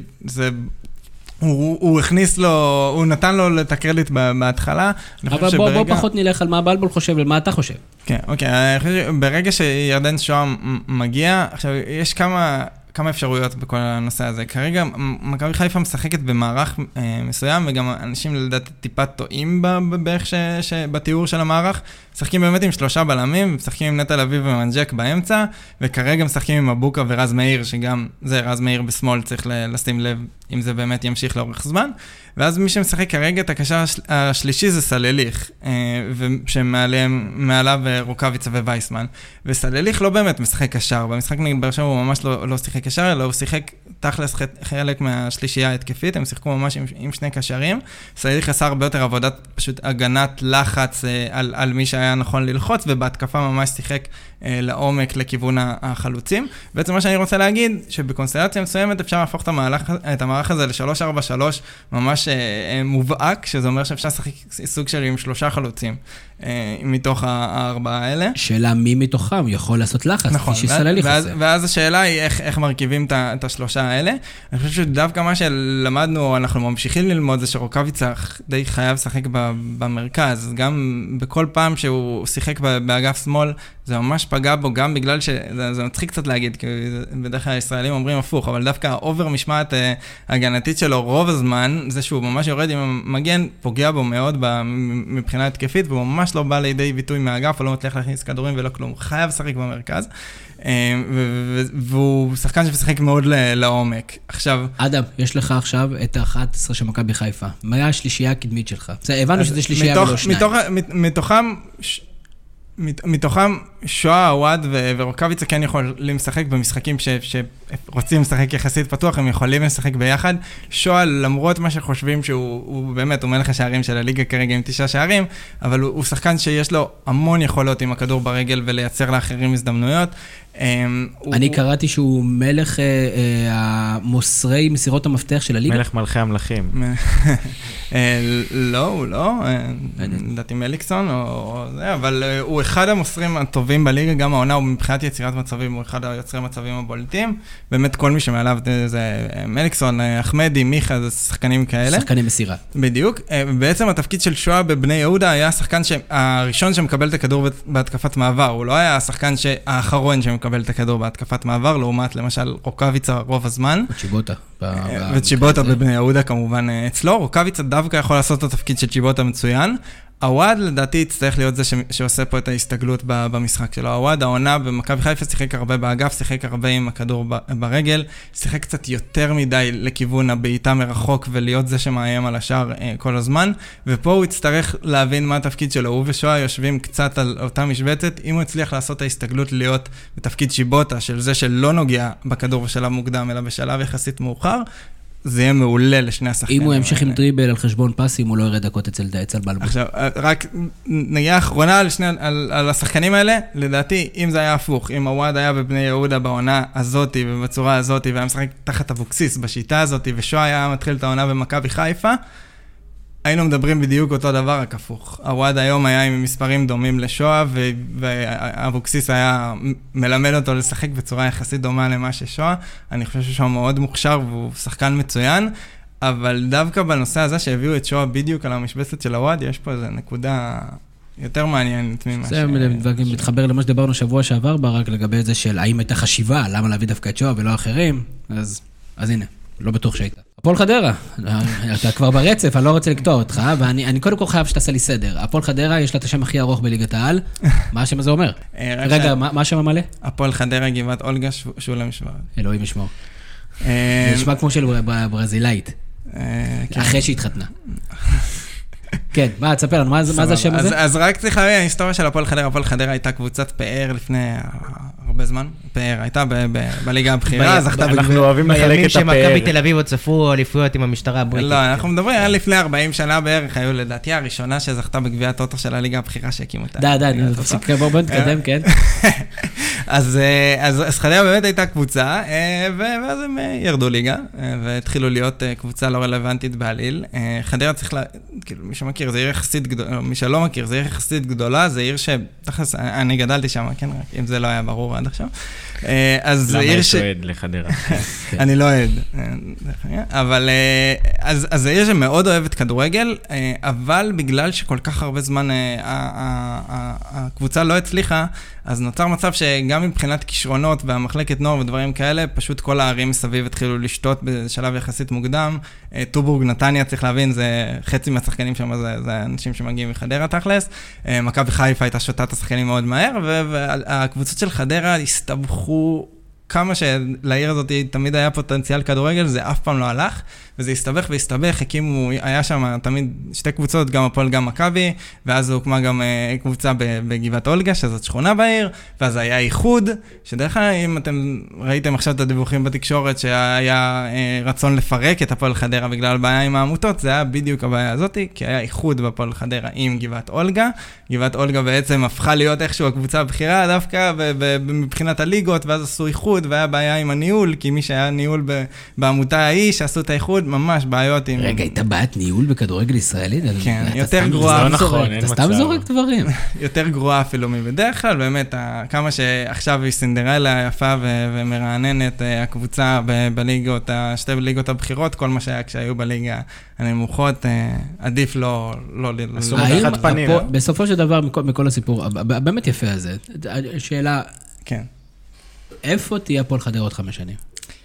הוא הכניס לו, הוא נתן לו את הקרדיט בהתחלה. אבל בוא פחות נלך על מה בלבול חושב, על מה אתה חושב. כן, אוקיי. ברגע שירדן שואה מגיע, עכשיו, יש כמה אפשרויות בכל הנושא הזה. כרגע, מכבי חיפה משחקת במערך מסוים, וגם אנשים לדעת טיפה טועים בערך בתיאור של המערך. משחקים באמת עם 3 בלמים, משחקים עם נטע לביא ומנג'ק באמצע, וכרגע משחקים עם אבוקה ורז מאיר, שגם זה רז מאיר בשמאל, צריך לשים לב אם זה באמת ימשיך לאורך זמן. ואז מי שמשחק כרגע את הקשר השלישי זה סלליך, שמעליו רוקאביצה ווייסמן. וסלליך לא באמת משחק קשר, במשחק נגד באר שבע הוא ממש לא שיחק קשר, אלא הוא שיחק תכלס חלק מהשלישייה ההתקפית, הם שיחקו ממש עם 2 קשרים. סלליך עשה הרבה יותר עבודת פשוט הגנת לחץ על מי שהיה נכון ללחוץ, ובהתקפה ממש שיחק לעומק לכיוון החלוצים. בעצם מה שאני רוצה להגיד, שבקונסטלציה מסוימת אפשר להפוך את המערך הזה ל-3-4-3 ממש מובהק, שזה אומר שאפשר לשחק סוג של עם 3 חלוצים מתוך 4 האלה. שאלה מי מתוכם יכול לעשות לחץ, נכון, שסלליך עושה. ואז השאלה היא איך מרכיבים את 3 האלה. אני חושב שדווקא מה שלמדנו, אנחנו ממשיכים ללמוד, זה שרוקאביצה די חייב לשחק במרכז. גם בכל פעם שהוא שיחק באגף שמאל, זה ממש פגע בו גם בגלל שזה מצחיק קצת להגיד, כי בדרך כלל הישראלים אומרים הפוך, אבל דווקא האובר משמעת הגנתית שלו רוב הזמן, זה שהוא ממש יורד עם המגן, פוגע בו מאוד מבחינה התקפית, והוא ממש לא בא לידי ביטוי מהאגף, הוא לא מצליח להכניס כדורים ולא כלום, הוא חייב לשחק במרכז, והוא שחקן שמשחק מאוד לעומק. עכשיו... אדם, יש לך עכשיו את ה-11 של מכבי חיפה. מה היה השלישייה הקדמית שלך? הבנו שזה שלישייה ולא שניים. מתוכם שואה, עווד ורוקביצה כן יכולים לשחק במשחקים שרוצים לשחק יחסית פתוח, הם יכולים לשחק ביחד. שואה, למרות מה שחושבים שהוא באמת, הוא מלך השערים של הליגה כרגע עם 9 שערים, אבל הוא שחקן שיש לו המון יכולות עם הכדור ברגל ולייצר לאחרים הזדמנויות. אני קראתי שהוא מלך המוסרי מסירות המפתח של הליגה. מלך מלכי המלכים. לא, הוא לא. לדעתי מליקסון או זה, אבל הוא אחד המוסרים הטובים בליגה, גם העונה הוא מבחינת יצירת מצבים, הוא אחד היוצרי מצבים הבולטים. באמת כל מי שמעליו זה מליקסון, אחמדי, מיכה, זה שחקנים כאלה. שחקנים מסירה. בדיוק. בעצם התפקיד של שואה בבני יהודה היה השחקן הראשון שמקבל את הכדור בהתקפת מעבר. הוא לא היה השחקן האחרון שמקבל את הכדור בהתקפת מעבר, לעומת למשל רוקביצה רוב הזמן. וצ'יבוטה. וצ'יבוטה בבני יהודה כמובן אצלו. רוקביצה דווקא יכול לעשות את התפקיד של צ'יבוטה מצוין. עווד לדעתי יצטרך להיות זה שעושה פה את ההסתגלות במשחק שלו. עווד, העונה במכבי חיפה שיחק הרבה באגף, שיחק הרבה עם הכדור ברגל, שיחק קצת יותר מדי לכיוון הבעיטה מרחוק ולהיות זה שמאיים על השאר כל הזמן, ופה הוא יצטרך להבין מה התפקיד שלו. הוא ושואה יושבים קצת על אותה משבצת, אם הוא הצליח לעשות את ההסתגלות להיות בתפקיד צ'יבוטה של זה שלא נוגע בכדור בשלב מוקדם, אלא בשלב יחסית מאוחר, זה יהיה מעולה לשני השחקנים. אם הוא ימשיך עם דריבל על חשבון פסים, הוא לא ירד דקות אצל בלבול. עכשיו, רק נגיעה אחרונה על השחקנים האלה, לדעתי, אם זה היה הפוך, אם הוואד היה בבני יהודה בעונה הזאת ובצורה הזאת, והיה משחק תחת אבוקסיס בשיטה הזאת, ושואה היה מתחיל את העונה במכבי חיפה, היינו מדברים בדיוק אותו דבר, רק הפוך. הוואד היום היה עם מספרים דומים לשואה, ואבוקסיס היה מלמד אותו לשחק בצורה יחסית דומה למה ששואה. אני חושב ששואה מאוד מוכשר, והוא שחקן מצוין, אבל דווקא בנושא הזה שהביאו את שואה בדיוק על המשבצת של הוואד, יש פה איזו נקודה יותר מעניינת ממה זה מתחבר למה שדיברנו שבוע שעבר, רק לגבי זה של האם הייתה חשיבה, למה להביא דווקא את שואה ולא אחרים, אז הנה. לא בטוח שהיית. הפועל חדרה, אתה כבר ברצף, אני לא רוצה לקטוע אותך, ואני קודם כל חייב שתעשה לי סדר. הפועל חדרה יש לה את השם הכי ארוך בליגת העל, מה השם הזה אומר? רגע, מה השם המלא? הפועל חדרה, גבעת אולגה, שולם שברד. אלוהים ישמור. זה נשמע כמו של ברזילאית, אחרי שהתחתנה. כן, תספר לנו, מה זה השם הזה? אז רק צריך להבין, ההיסטוריה של הפועל חדרה, הפועל חדרה הייתה קבוצת פאר לפני הרבה זמן, פאר, הייתה בליגה הבכירה, זכתה בגביע. אנחנו אוהבים לחלק את הפאר. בימים שמכבי תל אביב עוד ספרו אליפויות עם המשטרה הבריטית. לא, אנחנו מדברים, היה לפני 40 שנה בערך, היו לדעתי הראשונה שזכתה בגביע הטוטו של הליגה הבכירה שהקימו אותה. בוא נתקדם, כן. אז חדרה באמת הייתה קבוצה, ואז הם ירדו ליגה, והתחילו להיות קבוצה לא רלוונטית בעליל. חדרה צריך כאילו, מי שמכיר, זה עיר יחסית גדולה, מי שלא מכיר, זה עיר יחסית גדולה, זה עיר שתכלס, אני גדלתי שם, כן, רק אם זה לא היה ברור עד עכשיו. למה יש אוהד לחדרה? אני לא אוהד, אבל, אז זה עיר שמאוד אוהבת כדורגל, אבל בגלל שכל כך הרבה זמן הקבוצה לא הצליחה, אז נוצר מצב שגם מבחינת כישרונות והמחלקת נוער ודברים כאלה, פשוט כל הערים מסביב התחילו לשתות בשלב יחסית מוקדם. טובורג, נתניה, צריך להבין, זה חצי מהשחקנים שם, זה אנשים שמגיעים מחדרה תכלס. מכבי חיפה הייתה שותה את השחקנים מאוד מהר, והקבוצות של חדרה הסתבכו כמה שלעיר הזאת תמיד היה פוטנציאל כדורגל, זה אף פעם לא הלך, וזה הסתבך והסתבך, היה שם תמיד שתי קבוצות, גם הפועל, גם מכבי, ואז הוקמה גם קבוצה בגבעת אולגה, שזאת שכונה בעיר, ואז היה איחוד, שדרך כלל, אם אתם ראיתם עכשיו את הדיווחים בתקשורת, שהיה רצון לפרק את הפועל חדרה בגלל בעיה עם העמותות, זה היה בדיוק הבעיה הזאת, כי היה איחוד בפועל חדרה עם גבעת אולגה, גבעת אולגה בעצם הפכה להיות איכשהו הקבוצה הבכירה, דווקא מבחינת הליגות, ואז עשו איחוד, האיחוד, והיה בעיה עם הניהול, כי מי שהיה ניהול בעמותה ההיא, שעשו את האיחוד, ממש בעיות עם... רגע, הייתה בעיית ניהול בכדורגל ישראלי? כן, יותר גרועה. לא נכון, אין אתה סתם מצב. זורק דברים. יותר גרועה אפילו מבדרך כלל, באמת, כמה שעכשיו היא סינדרלה יפה ומרעננת הקבוצה בליגות, שתי ליגות הבחירות, כל מה שהיה כשהיו בליגה הנמוכות, עדיף לא... עשו מתחת פנים. בסופו של דבר, מכל הסיפור, באמת יפה הזה, שאלה, כן. איפה תהיה הפועל חדרה עוד 5 שנים?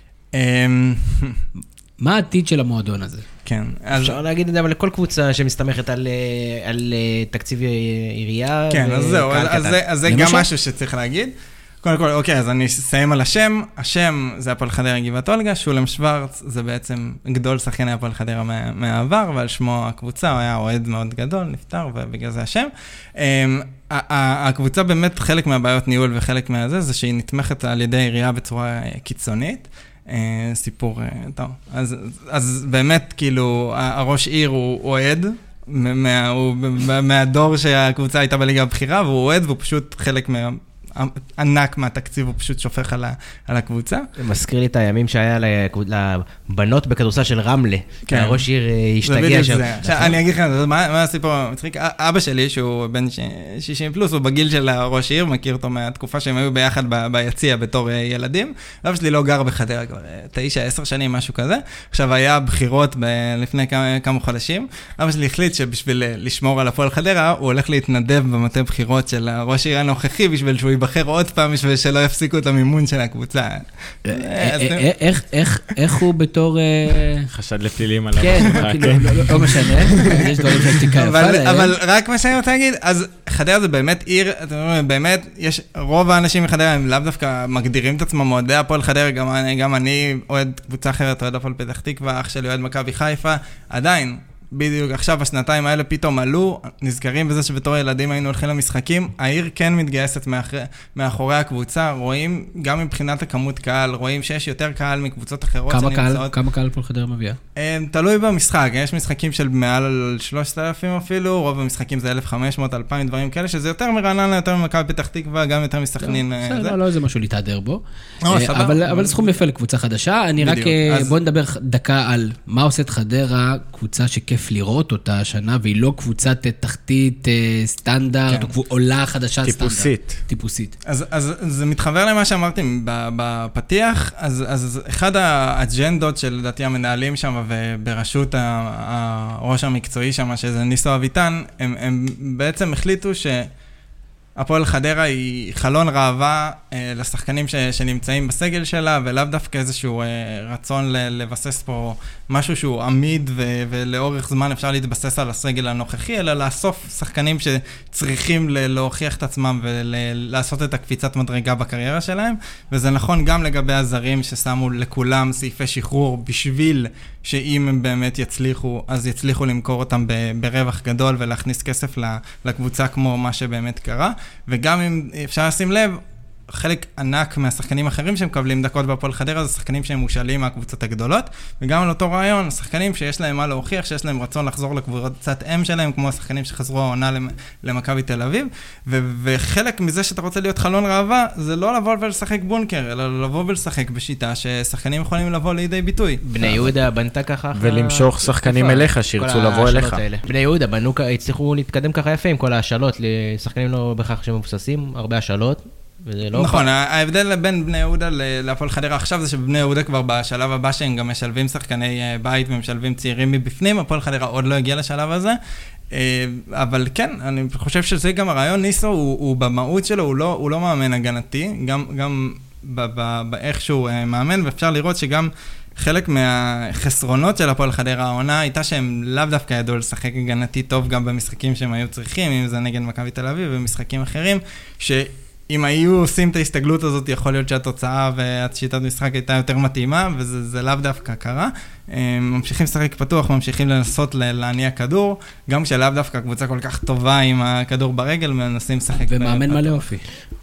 מה העתיד של המועדון הזה? כן. אז אפשר להגיד את זה, אבל לכל קבוצה שמסתמכת על תקציב עירייה. כן, אז זהו, וקהל קטן. אז זה גם משהו שצריך להגיד. קודם כל, אוקיי, אז אני אסיים על השם. השם זה הפועל חדרה גבעת אולגה, שולם שוורץ זה בעצם גדול שחקני הפועל חדרה מהעבר, ועל שמו הקבוצה, הוא היה אוהד מאוד גדול, נפטר, ובגלל זה השם. הקבוצה באמת, חלק מהבעיות ניהול וחלק מהזה, זה שהיא נתמכת על ידי עירייה בצורה קיצונית. סיפור, טוב. אז באמת, כאילו, הראש עיר הוא אוהד, מהדור שהקבוצה הייתה בליגה הבכירה, והוא אוהד, והוא פשוט חלק ענק מהתקציב, הוא פשוט שופך על הקבוצה. זה מזכיר לי את הימים שהיה לבנות בכדורסל של רמלה. הראש עיר השתגע שם. אני אגיד לכם, מה הסיפור המצחיק? אבא שלי, שהוא בן 60 פלוס, הוא בגיל של הראש עיר, מכיר אותו מהתקופה שהם היו ביחד ביציע בתור ילדים. אבא שלי לא גר בחדרה כבר 9-10 שנים, משהו כזה. עכשיו היה בחירות לפני כמה חודשים. אבא שלי החליט שבשביל לשמור על הפועל חדרה, הוא הולך להתנדב במטה בחירות של הראש עיר הנוכחי, בשביל שהוא ייבחר עוד פעם, בשביל שלא יפסיקו את המימון של הקבוצה. איך הוא בתור... חשד לפלילים עליו. כן, לא משנה, יש דברים של תיקה יפה להם. אבל רק מה שאני רוצה להגיד, אז חדרה זה באמת עיר, אתם אומרים, באמת, יש רוב האנשים מחדרה, הם לאו דווקא מגדירים את עצמם אוהדי הפועל חדרה, גם אני אוהד קבוצה אחרת, אוהד הפועל פתח תקווה, אח שלי אוהד מכבי חיפה, עדיין, בדיוק עכשיו השנתיים האלה פתאום עלו, נזכרים בזה שבתור ילדים היינו הולכים למשחקים, העיר כן מתגייסת מאחורי הקבוצה, רואים גם מבחינת הכמות קהל, רואים שיש יותר קהל מקבוצות אחרות שנמצאות. כמה קהל הפועל חדרה מביאה? תלוי במשחק, יש משחקים של מעל 3,000 אפילו, רוב המשחקים זה 1,500, 2,000 דברים כאלה, שזה יותר מרעננה, יותר ממכבי פתח תקווה, גם יותר מסכנין. לא איזה משהו להתהדר בו. אבל סכום יפה לקבוצה חדשה. אני רק, בוא נדבר דקה על מה עושה את חדרה, קבוצה שכיף לראות אותה השנה, והיא לא קבוצת תחתית סטנדרט, או עולה חדשה סטנדרט. טיפוסית. אז זה מתחבר למה שאמרתי בפתיח, אז אחד האג'נדות שלדעתי המנהלים שם, ובראשות הראש המקצועי שם, שזה ניסו אביטן, הם בעצם החליטו הפועל חדרה היא חלון ראווה לשחקנים שנמצאים בסגל שלה, ולאו דווקא איזשהו רצון לבסס פה משהו שהוא עמיד, ולאורך זמן אפשר להתבסס על הסגל הנוכחי, אלא לאסוף שחקנים שצריכים להוכיח את עצמם, ולעשות את הקפיצת מדרגה בקריירה שלהם, וזה נכון גם לגבי הזרים ששמו לכולם סעיפי שחרור, בשביל שאם הם באמת יצליחו, אז יצליחו למכור אותם ברווח גדול, ולהכניס כסף לקבוצה כמו מה שבאמת קרה. וגם אם אפשר לשים לב, חלק ענק מהשחקנים אחרים שמקבלים דקות בהפועל חדרה, זה שחקנים שהם מושאלים מהקבוצות הגדולות, וגם על אותו רעיון, שחקנים שיש להם מה להוכיח, שיש להם רצון לחזור לקבוצת אם שלהם, כמו השחקנים שחזרו העונה למכבי תל אביב, וחלק מזה שאתה רוצה להיות חלון ראווה, זה לא לבוא ולשחק בונקר, אלא לבוא ולשחק בשיטה ששחקנים יכולים לבוא לידי ביטוי. בני יהודה בנתה ככה... ולמשוך שחקנים אליך, שירצו לבוא אליך. בני יהודה הצליחו להתקדם ככה יפה עם כל ההשאלות, לשחקנים לא בכך שמבוססים, הרבה השאלות. נכון, ההבדל בין בני יהודה להפועל חדרה עכשיו זה שבני יהודה כבר בשלב הבא שהם גם משלבים שחקני בית ומשלבים צעירים מבפנים, הפועל חדרה עוד לא הגיע לשלב הזה, אבל כן, אני חושב שזה גם הרעיון. ניסו הוא במהות שלו, הוא לא מאמן הגנתי, גם באיך שהוא מאמן, ואפשר לראות שגם חלק מהחסרונות של הפועל חדרה העונה הייתה שהם לאו דווקא ידעו לשחק הגנתי טוב גם במשחקים שהם היו צריכים, אם זה נגד מכבי תל אביב ומשחקים אחרים, אם היו עושים את ההסתגלות הזאת, יכול להיות שהתוצאה והשיטת משחק הייתה יותר מתאימה, וזה לאו דווקא קרה. ממשיכים לשחק פתוח, ממשיכים לנסות להניע כדור, גם כשלאו דווקא קבוצה כל כך טובה עם הכדור ברגל, מנסים לשחק. ומאמן מלא אופי.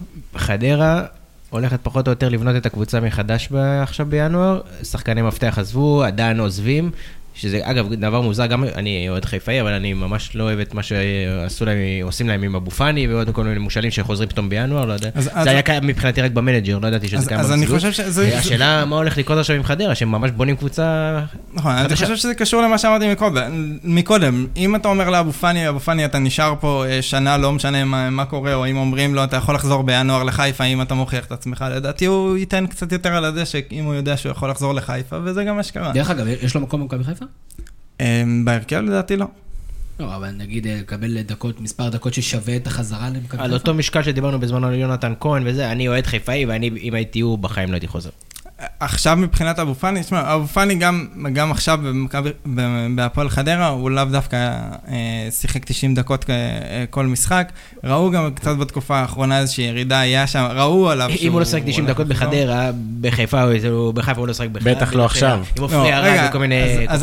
חדרה הולכת פחות או יותר לבנות את הקבוצה מחדש עכשיו בינואר, שחקני מפתח עזבו, עדיין עוזבים, שזה אגב דבר מוזר, גם אני אוהד חיפאי, אבל אני ממש לא אוהב את מה שעושים להם עם אבו פאני, ועוד כל מיני מושאלים שחוזרים פתאום בינואר, לא יודע. זה היה קיים מבחינתי רק במנג'ר, לא ידעתי שזה קיים במציאות. אז אני חושב שזה... השאלה מה הולך לקרות עכשיו עם חדרה, שהם ממש בונים קבוצה... נכון, אני חושב שזה קשור למה שאמרתי מקודם. אם אתה אומר לאבו פאני, אתה נשאר פה שנה, לא משנה מה קורה, או אם אומרים לו, אתה יכול לחזור בינואר לחיפה, אם אתה מוכיח את עצמך, לדעתי הוא ייתן קצת יותר על הדשא, אם הוא יודע שהוא יכול לחזור לחיפה, וזה גם מה שקרה. דרך אגב, יש לו מקום במכבי חיפה? בהרכב לדעתי לא. לא, אבל נגיד, קבל דקות, מספר דקות ששווה את החזרה למכבי חיפה. על אותו משקל שדיברנו בזמנו על יונתן כהן וזה, אני אוהד חיפאי, ואני, אם הייתי הוא, בחיים לא הייתי חוזר. עכשיו מבחינת אבו פאני, תשמע, אבו פאני גם עכשיו בהפועל חדרה, הוא לאו דווקא שיחק 90 דקות כל משחק, ראו גם קצת בתקופה האחרונה איזושהי ירידה, היה שם, ראו עליו אם הוא לא שחק 90 דקות בחדרה, בחיפה הוא לא שחק בחדרה. בטח לא עכשיו. אם הוא מפריע רק וכל מיני... אז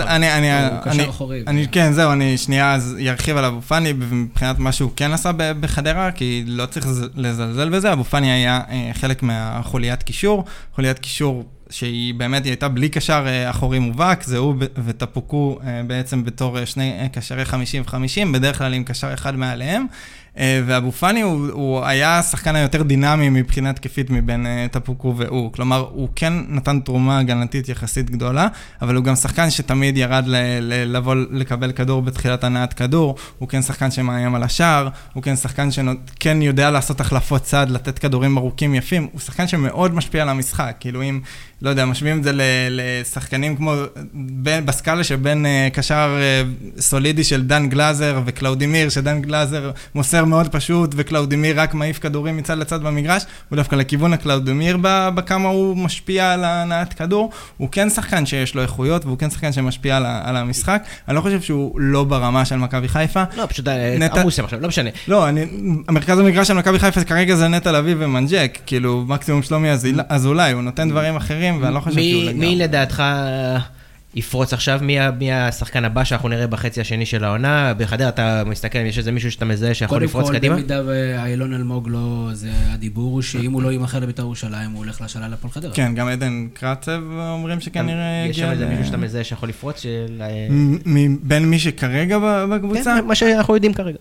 אני, כן, זהו, אני שנייה אז ירחיב על אבו פאני, מבחינת מה שהוא כן עשה בחדרה, כי לא צריך לזלזל בזה, אבו פאני היה חלק מהחוליית קישור, חוליית קישור שהיא באמת, היא הייתה בלי קשר אחורי מובהק, זה הוא וטפוקו בעצם בתור שני קשרי 50-50, בדרך כלל עם קשר אחד מעליהם, ואבו פאני הוא היה השחקן היותר דינמי מבחינת תקפית מבין טפוקו והוא, כלומר הוא כן נתן תרומה הגנתית יחסית גדולה, אבל הוא גם שחקן שתמיד ירד לבוא לקבל כדור בתחילת הנעת כדור, הוא כן שחקן שמאיים על השער, הוא כן שחקן שכן יודע לעשות החלפות צד, לתת כדורים ארוכים יפים, הוא שחקן שמאוד משפיע על המשחק, כאילו אם לא יודע, משווים את זה לשחקנים כמו בסקאלה שבין קשר סולידי של דן גלאזר וקלאודימיר, שדן גלאזר מוסר מאוד פשוט וקלאודימיר רק מעיף כדורים מצד לצד במגרש, הוא דווקא לכיוון הקלאודימיר בכמה הוא משפיע על הנעת כדור, הוא כן שחקן שיש לו איכויות והוא כן שחקן שמשפיע על המשחק, אני לא חושב שהוא לא ברמה של מכבי חיפה. לא, פשוט עמוס עכשיו, לא משנה. לא, המרכז המגרש של מכבי חיפה כרגע זה נטע לביא ומנג'ק, כאילו מקסימום שלומי אזולאי, הוא נותן דברים אחרים ואני לא חושב שהוא לגמרי. מי לדעתך יפרוץ עכשיו? מי השחקן הבא שאנחנו נראה בחצי השני של העונה? בחדר אתה מסתכל, יש איזה מישהו שאתה מזהה שיכול לפרוץ קדימה? קודם כל, במידה והאילון אלמוג לא, זה הדיבור הוא שאם הוא לא יימחר לבית"ר ירושלים, הוא הולך להשאלה להפועל חדרה. כן, גם עדן קרצב אומרים שכנראה... יש שם איזה מישהו שאתה מזהה שיכול לפרוץ? בין מי שכרגע בקבוצה? כן, מה שאנחנו יודעים כרגע.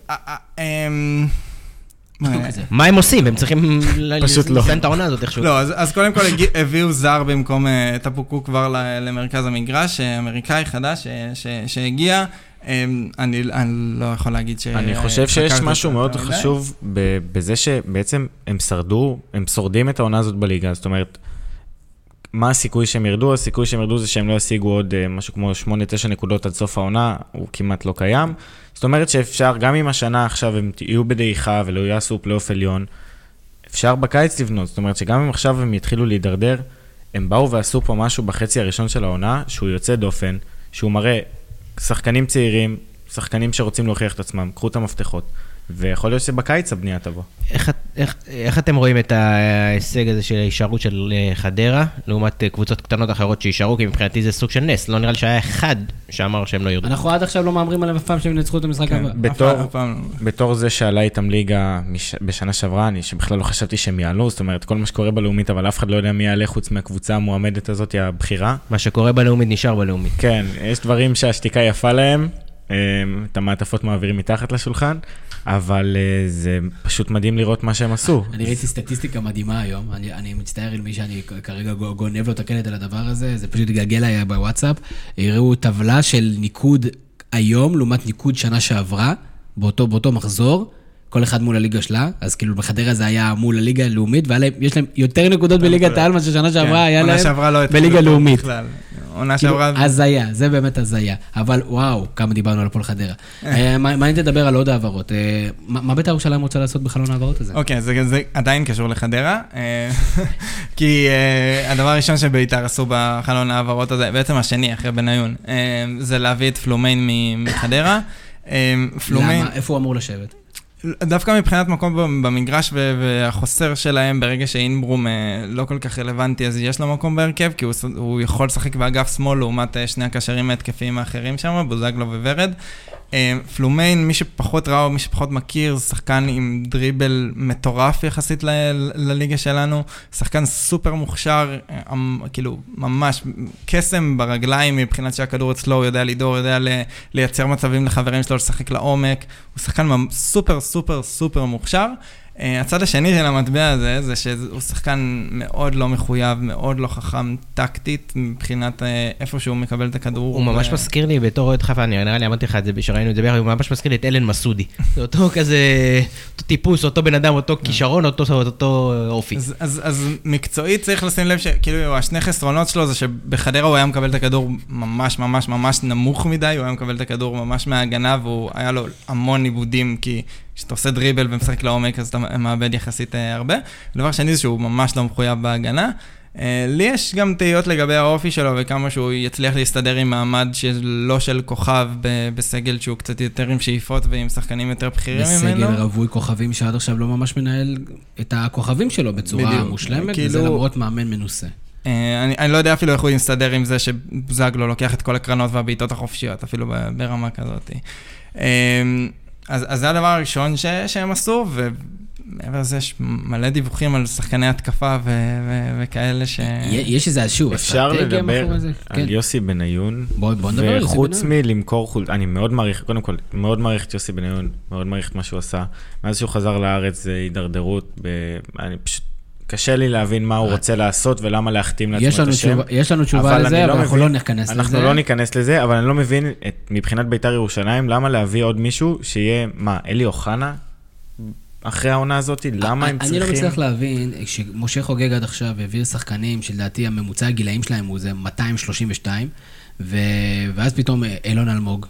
מה הם עושים? הם צריכים לסיים את העונה הזאת איכשהו. לא, אז קודם כל הביאו זר במקום טפוקו כבר למרכז המגרש, אמריקאי חדש שהגיע, אני לא יכול להגיד ש... אני חושב שיש משהו מאוד חשוב בזה שבעצם הם שורדים את העונה הזאת בליגה, זאת אומרת, מה הסיכוי שהם ירדו? הסיכוי שהם ירדו זה שהם לא ישיגו עוד משהו כמו 8-9 נקודות עד סוף העונה, הוא כמעט לא קיים. זאת אומרת שאפשר, גם אם השנה עכשיו הם יהיו בדעיכה ולא יעשו פלייאוף עליון, אפשר בקיץ לבנות. זאת אומרת שגם אם עכשיו הם יתחילו להידרדר, הם באו ועשו פה משהו בחצי הראשון של העונה, שהוא יוצא דופן, שהוא מראה שחקנים צעירים, שחקנים שרוצים להוכיח את עצמם, קחו את המפתחות. ויכול להיות שבקיץ הבנייה תבוא. איך אתם רואים את ההישג הזה של ההישארות של חדרה, לעומת קבוצות קטנות אחרות שישארו, כי מבחינתי זה סוג של נס, לא נראה לי שהיה אחד שאמר שהם לא ירדו. אנחנו עד עכשיו לא מאמרים עליהם אף פעם שהם ינצחו את המשחק הבא. בתור זה שעלה איתם ליגה בשנה שעברה, אני שבכלל לא חשבתי שהם יעלו, זאת אומרת, כל מה שקורה בלאומית, אבל אף אחד לא יודע מי יעלה חוץ מהקבוצה המועמדת הזאת, היא הבחירה. מה שקורה בלאומית נשאר בלאומית. כן, יש דברים שהשתיקה יפה להם, את המעטפות מעבירים מתחת לשולחן, אבל זה פשוט מדהים לראות מה שהם עשו. אני ראיתי סטטיסטיקה מדהימה היום, אני מצטער עם מי שאני כרגע גונב לו את הקלט על הדבר הזה, זה פשוט גלגל היה בוואטסאפ, הראו טבלה של ניקוד היום, לעומת ניקוד שנה שעברה, באותו מחזור, כל אחד מול הליגה שלה, אז כאילו בחדרה זה היה מול הליגה הלאומית, ויש להם יותר נקודות בליגת העל, מה ששנה שעברה היה להם בליגה לאומית. הזיה, זה באמת הזיה. אבל וואו, כמה דיברנו על הפועל חדרה. מה אם תדבר על עוד העברות? מה בית"ר ירושלים רוצה לעשות בחלון העברות הזה? אוקיי, זה עדיין קשור לחדרה, כי הדבר הראשון שבית"ר עשו בחלון העברות הזה, בעצם השני אחרי בניון, זה להביא את פלומיין מחדרה. למה? איפה הוא אמור לשבת? דווקא מבחינת מקום במגרש והחוסר שלהם ברגע שאינברום לא כל כך רלוונטי, אז יש לו מקום בהרכב, כי הוא יכול לשחק באגף שמאל לעומת שני הקשרים ההתקפיים האחרים שם, בוזגלו וורד. פלומיין, מי שפחות ראה או מי שפחות מכיר, זה שחקן עם דריבל מטורף יחסית לליגה שלנו, שחקן סופר מוכשר, כאילו ממש קסם ברגליים מבחינת שהכדור אצלו, הוא יודע לדור, יודע לייצר מצבים לחברים שלו, לשחק לעומק, הוא שחקן סופר סופר סופר מוכשר. הצד השני של המטבע הזה, זה שהוא שחקן מאוד לא מחויב, מאוד לא חכם טקטית, מבחינת איפה שהוא מקבל את הכדור. הוא ממש מזכיר לי, בתור אוהד חיפה, נראה לי, אמרתי לך את זה, שראינו את זה ביחד, הוא ממש מזכיר לי את אלן מסודי. זה אותו כזה, אותו טיפוס, אותו בן אדם, אותו כישרון, אותו אופי. אז מקצועית צריך לשים לב שכאילו השני חסרונות שלו, זה שבחדרה הוא היה מקבל את הכדור ממש ממש ממש נמוך מדי, הוא היה מקבל את הכדור ממש מההגנה, והוא היה לו המון עיבודים, כי כשאתה עושה דריבל ומשחק לעומק, אז אתה מאבד יחסית הרבה. דבר שני זה שהוא ממש לא מחויב בהגנה. לי יש גם תהיות לגבי האופי שלו, וכמה שהוא יצליח להסתדר עם מעמד שלא של כוכב בסגל שהוא קצת יותר עם שאיפות ועם שחקנים יותר בכירים ממנו. בסגל רווי כוכבים שעד עכשיו לא ממש מנהל את הכוכבים שלו בצורה מושלמת, וזה למרות מאמן מנוסה. אני לא יודע אפילו איך הוא יסתדר עם זה שבוזגלו לוקח את כל הקרנות והבעיטות החופשיות, אפילו ברמה כזאת. אז זה הדבר הראשון שהם עשו, ומעבר לזה יש מלא דיווחים על שחקני התקפה וכאלה יש איזשהו אפשר לדבר על יוסי בניון, וחוץ מלמכור חולצות, אני מאוד מעריך, קודם כל, מאוד מעריך את יוסי בניון, מאוד מעריך את מה שהוא עשה, מאז שהוא חזר לארץ זה הידרדרות, אני פשוט קשה לי להבין מה הוא רוצה לעשות ולמה להחתים לעצמו את השם. יש לנו תשובה לזה, אבל אנחנו לא ניכנס לזה. אנחנו לא ניכנס לזה, אבל אני לא מבין מבחינת בית"ר ירושלים, למה להביא עוד מישהו שיהיה, מה, אלי אוחנה אחרי העונה הזאת? למה הם צריכים? אני לא מצליח להבין, שמשה חוגג עד עכשיו העביר שחקנים, שלדעתי הממוצע הגילאים שלהם הוא זה 232, ואז פתאום אילון אלמוג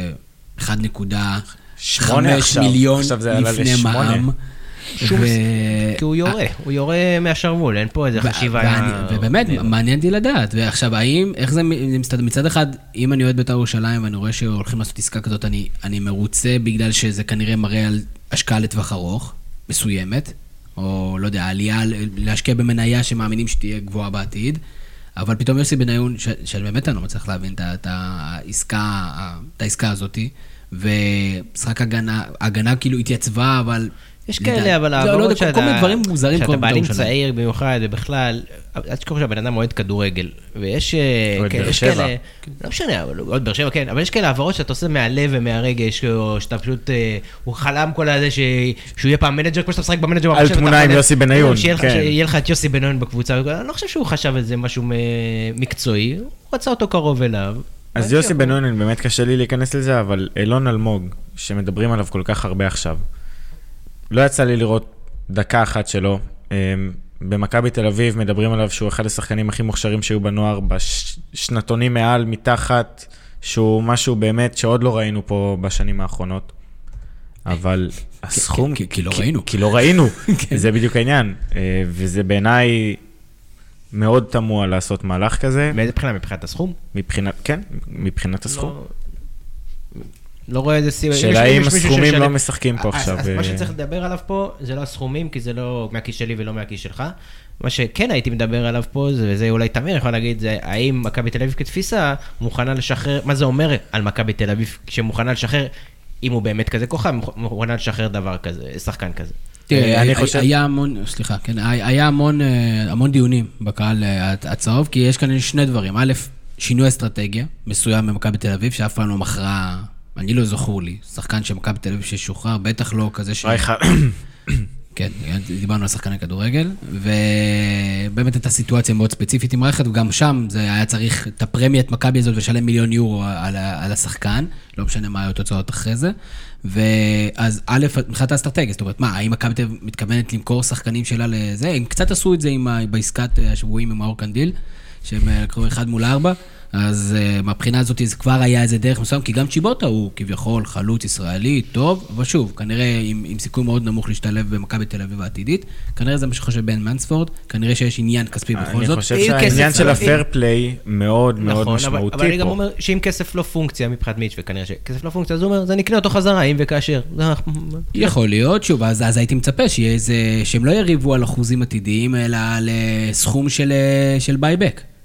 ב-1.5 מיליון לפני מע"מ. כי הוא יורה מהשרוול, אין פה איזה חשיבה. ובאמת, מעניין אותי לדעת. ועכשיו, איך זה מצד אחד, אם אני אוהד בית"ר ירושלים, ואני רואה שהולכים לעשות עסקה כזאת, אני מרוצה בגלל שזה כנראה מראה על השקעה לטווח ארוך, מסוימת, או לא יודע, עלייה להשקיע במניה שמאמינים שתהיה גבוהה בעתיד, אבל פתאום יוסי בניון, שבאמת אני לא מצליח להבין את העסקה הזאת, ושחק הגנה כאילו התייצבה, אבל יש כאלה, אבל העברות כל מיני דברים מוזרים שאתה בעלים צעיר במיוחד, ובכלל, עד שקורא שהבן אדם אוהד כדורגל, ויש כאלה, לא משנה, אבל עוד באר שבע, כן, אבל יש כאלה העברות שאתה עושה מהלב ומהרגש, או שאתה פשוט, הוא חלם כל הזה שהוא יהיה פעם מנג'ר, כמו שאתה משחק במנג'ר, על תמונה עם יוסי בניון, שיהיה לך את יוסי בניון בקבוצה, אני לא חושב שהוא חשב על זה משהו מקצועי, הוא רצה אותו קרוב אליו. אז יוסי בניון, באמת קשה לי להיכנס לזה, אבל אילון אלמוג, שמדברים עליו כל כך הרבה עכשיו, לא יצא לי לראות דקה אחת שלו. במכבי תל אביב מדברים עליו שהוא אחד השחקנים הכי מוכשרים שהיו בנוער, בשנתונים מעל, מתחת, שהוא משהו באמת שעוד לא ראינו פה בשנים האחרונות. אבל הסכום... כי לא ראינו. כי לא ראינו. זה בדיוק העניין. וזה בעיניי מאוד תמוה לעשות מהלך כזה. מאיזה בחינה? מבחינת הסכום? כן, מבחינת הסכום. לא רואה איזה סיבה. שאלה אם הסכומים לא משחקים פה עכשיו. אז מה שצריך לדבר עליו פה, זה לא הסכומים, כי זה לא מהכיס שלי ולא מהכיס שלך. מה שכן הייתי מדבר עליו פה, וזה אולי תמיר, יכול להגיד, זה האם מכבי תל אביב כתפיסה מוכנה לשחרר, מה זה אומר על מכבי תל אביב, שמוכנה לשחרר, אם הוא באמת כזה כוכב, מוכנה לשחרר דבר כזה, שחקן כזה. היה המון דיונים בקהל הצהוב, כי יש כאן שני דברים. א', שינוי אסטרטגיה מסוים במכבי תל אביב, שאף פעם לא מכרה, אני לא זוכר לי, שחקן שמכבי תל אביב ששוחרר, בטח לא כזה כן, דיברנו על שחקני כדורגל, ובאמת הייתה סיטואציה מאוד ספציפית עם רכת, וגם שם זה היה צריך את הפרמיית מכבי הזאת ושלם מיליון יורו על השחקן, לא משנה מה היו תוצאות אחרי זה, ואז א', מבחינת האסטרטגיה, זאת אומרת, מה, האם מכבי תל אביב מתכוונת למכור שחקנים שלה לזה? הם קצת עשו את זה בעסקת השבועים עם מאור קנדיל, שהם לקחו 1 מול 4, אז מהבחינה הזאת זה כבר היה איזה דרך מסוים, כי גם צ'יבוטה הוא כביכול חלוץ ישראלי, טוב, אבל שוב, כנראה עם סיכוי מאוד נמוך להשתלב במכבי תל אביב העתידית, כנראה זה מה שחושב בן מנספורד, כנראה שיש עניין כספי בכל זאת. אני חושב שהעניין של הפייר פליי מאוד מאוד משמעותי פה. אבל אני גם אומר שאם כסף לא פונקציה מבחינת מיץ' וכנראה שכסף לא פונקציה, אז הוא אומר, זה נקנה אותו חזרה, אם וכאשר. יכול להיות, שוב, אז הייתי מצפה שהם לא יריבו על אחוזים עתידיים, אלא על סכום של בייבק.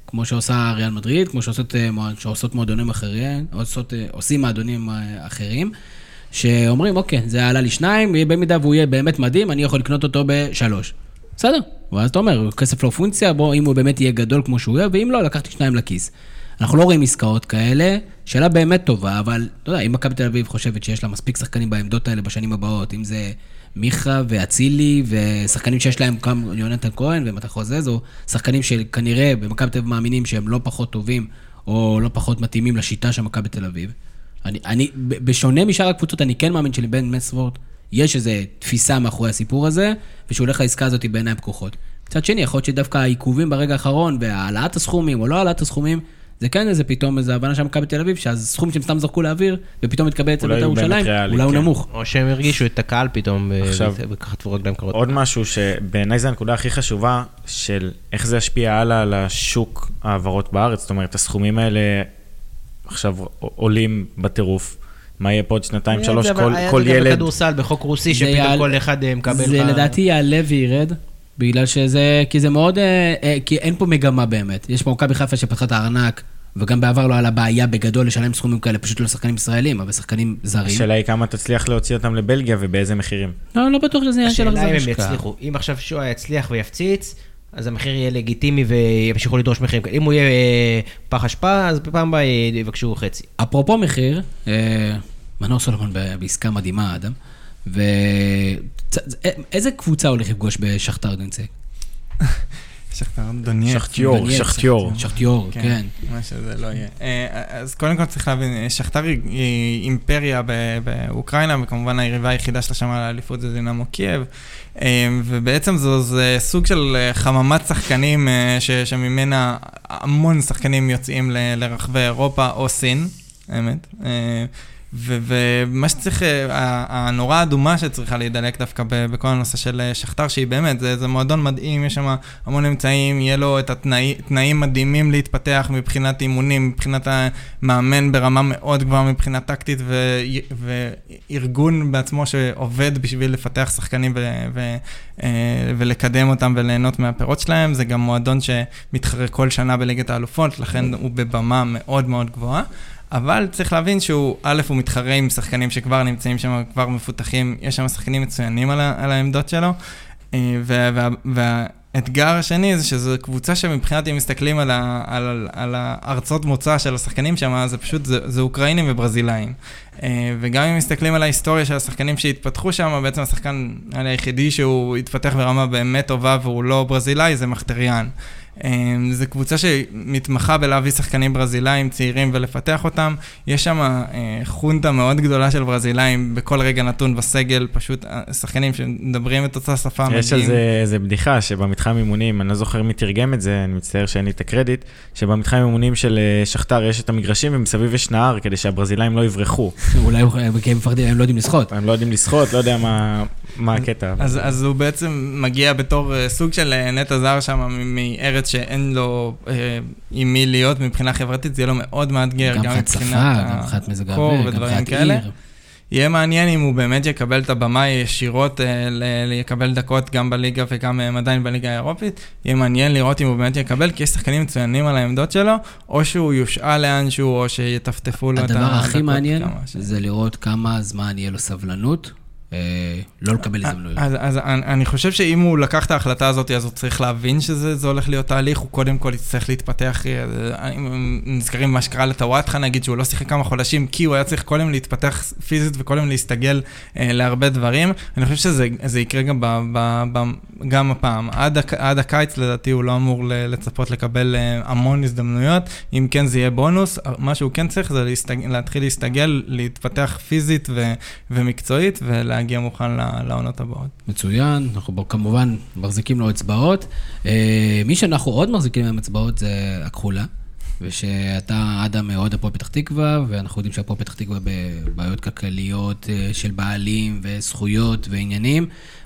כמו שעושה ריאל מדריד, כמו שעושות מועדונים אחרים, עושים מועדונים אחרים, שאומרים, אוקיי, זה עלה לי 2, במידה והוא יהיה באמת מדהים, אני יכול לקנות אותו ב3. בסדר, ואז אתה אומר, כסף לא פונקציה, בוא, אם הוא באמת יהיה גדול כמו שהוא יהיה, ואם לא, לקחתי 2 לכיס. אנחנו לא רואים עסקאות כאלה, שאלה באמת טובה, אבל, אתה יודע, אם מכבי תל אביב חושבת שיש לה מספיק שחקנים בעמדות האלה בשנים הבאות, אם זה מיכה ואצילי, ושחקנים שיש להם גם יונתן כהן ומתי חוזז, או שחקנים שכנראה במכבי תל אביב מאמינים שהם לא פחות טובים, או לא פחות מתאימים לשיטה של מכבי תל אביב. אני, בשונה משאר הקבוצות, אני כן מאמין שלבן מסוורט, יש איזו תפיסה מאחורי הסיפור הזה, ושהוא הולך לעסקה הזאת בעיניים פקוחות. קצת שני, יכול להיות שדווקא העיכובים ברגע האחרון, והעלאת הסכומים או לא העלאת הסכומים, זה כן איזה פתאום איזו הבנה שם מכבי תל אביב, שהסכום שהם סתם זרקו לאוויר, ופתאום מתקבל אצל בית"ר ירושלים, אולי הוא נמוך. או שהם הרגישו את הקהל פתאום, וככה תפור רגליים קרות. עוד משהו שבעיניי זה הנקודה הכי חשובה, של איך זה השפיע הלאה על השוק העברות בארץ, זאת אומרת, הסכומים האלה עכשיו עולים בטירוף, מה יהיה פה עוד 2-3, כל ילד... היה זה בכדורסל, בחוק רוסי, שפתאום כל אחד מקבל... זה לדעתי יעלה וירד, בגלל שזה, כי זה מאוד, כי אין פה מגמה באמת. יש פה מכבי חיפה שפתחה את הארנק, וגם בעבר לא היה לה בעיה בגדול לשלם סכומים כאלה, פשוט לא שחקנים ישראלים, אבל שחקנים זרים. השאלה היא כמה תצליח להוציא אותם לבלגיה, ובאיזה מחירים. לא בטוח שזה יהיה של השאלה אם הם יצליחו. אם עכשיו שואה יצליח ויפציץ, אז המחיר יהיה לגיטימי וימשיכו לדרוש מחירים. אם הוא יהיה פח אשפה, אז בפעם הבאה יבקשו חצי. אפרופו מחיר, מנור סולומון בעסקה מדהימה, אדם, איזה קבוצה הולך לפגוש בשכתר דונצק? שכתר דונייץ. שכתיור, כן. מה שזה לא יהיה. אז קודם כל צריך להבין, שכתר היא אימפריה באוקראינה, וכמובן היריבה היחידה שלה שם על האליפות זה דינמו קייב, ובעצם זה סוג של חממת שחקנים, שממנה המון שחקנים יוצאים לרחבי אירופה או סין, האמת. ומה שצריך, הנורא האדומה שצריכה להידלק דווקא בכל הנושא של שכתר, שהיא באמת, זה מועדון מדהים, יש שם המון אמצעים, יהיה לו את התנאים מדהימים להתפתח מבחינת אימונים, מבחינת המאמן ברמה מאוד גבוהה, מבחינת טקטית, וארגון בעצמו שעובד בשביל לפתח שחקנים ולקדם אותם וליהנות מהפירות שלהם. זה גם מועדון שמתחרה כל שנה בליגת האלופות, לכן הוא בבמה מאוד מאוד גבוהה. אבל צריך להבין שהוא, א', הוא מתחרה עם שחקנים שכבר נמצאים שם, כבר מפותחים, יש שם שחקנים מצוינים על העמדות שלו, והאתגר השני זה שזו קבוצה שמבחינת אם מסתכלים על הארצות מוצא של השחקנים שם, זה פשוט, זה אוקראינים וברזילאים. וגם אם מסתכלים על ההיסטוריה של השחקנים שהתפתחו שם, בעצם השחקן היחידי שהוא התפתח ברמה באמת טובה והוא לא ברזילאי, זה מחטריאן. זו קבוצה שמתמחה בלהביא שחקנים ברזילאים צעירים ולפתח אותם. יש שם חונטה מאוד גדולה של ברזילאים בכל רגע נתון בסגל, פשוט שחקנים שמדברים את אותה שפה מדהים. יש על זה איזה בדיחה שבמתחם אימונים, אני לא זוכר מי תרגם את זה, אני מצטער שאין לי את הקרדיט, שבמתחם אימונים של שכתר יש את המגרשים ומסביב יש נהר כדי שהברזילאים לא יברחו. אולי הם מפחדים, הם לא יודעים לשחות. הם לא יודעים לשחות, לא יודע מה הקטע. אז הוא בעצם מגיע בתור סוג של נטע זר שם מארץ שאין לו עם מי להיות מבחינה חברתית, זה יהיה לו מאוד מאתגר, גם מבחינת הקור ודברים כאלה. יהיה מעניין אם הוא באמת יקבל את הבמה ישירות, יקבל דקות גם בליגה וגם עדיין בליגה האירופית. יהיה מעניין לראות אם הוא באמת יקבל, כי יש שחקנים מצוינים על העמדות שלו, או שהוא יושאל לאנשהו, או שיטפטפו לו את הדקות. הדבר הכי מעניין זה לראות כמה זמן יהיה לו סבלנות, לא לקבל הזדמנויות. אז אני חושב שאם הוא לקח את ההחלטה הזאת, אז הוא צריך להבין שזה הולך להיות תהליך, הוא קודם כל יצטרך להתפתח, נזכרים מה שקרה לטוואטחה, נגיד שהוא לא שיחק כמה חודשים, כי הוא היה צריך קודם להתפתח פיזית וקודם להסתגל להרבה דברים. אני חושב שזה יקרה גם הפעם. עד הקיץ לדעתי הוא לא אמור לצפות לקבל המון הזדמנויות, אם כן זה יהיה בונוס. מה שהוא כן צריך זה להתחיל להסתגל, להתפתח פיזית ומקצועית, להגיע מוכן לעונות הבאות. מצוין, אנחנו כמובן מחזיקים לו אצבעות. מי שאנחנו עוד מחזיקים להם אצבעות זה הכחולה, ושאתה אדם מאוד הפועל פתח תקווה, ואנחנו יודעים שהפועל פתח תקווה בבעיות כלכליות של בעלים וזכויות ועניינים,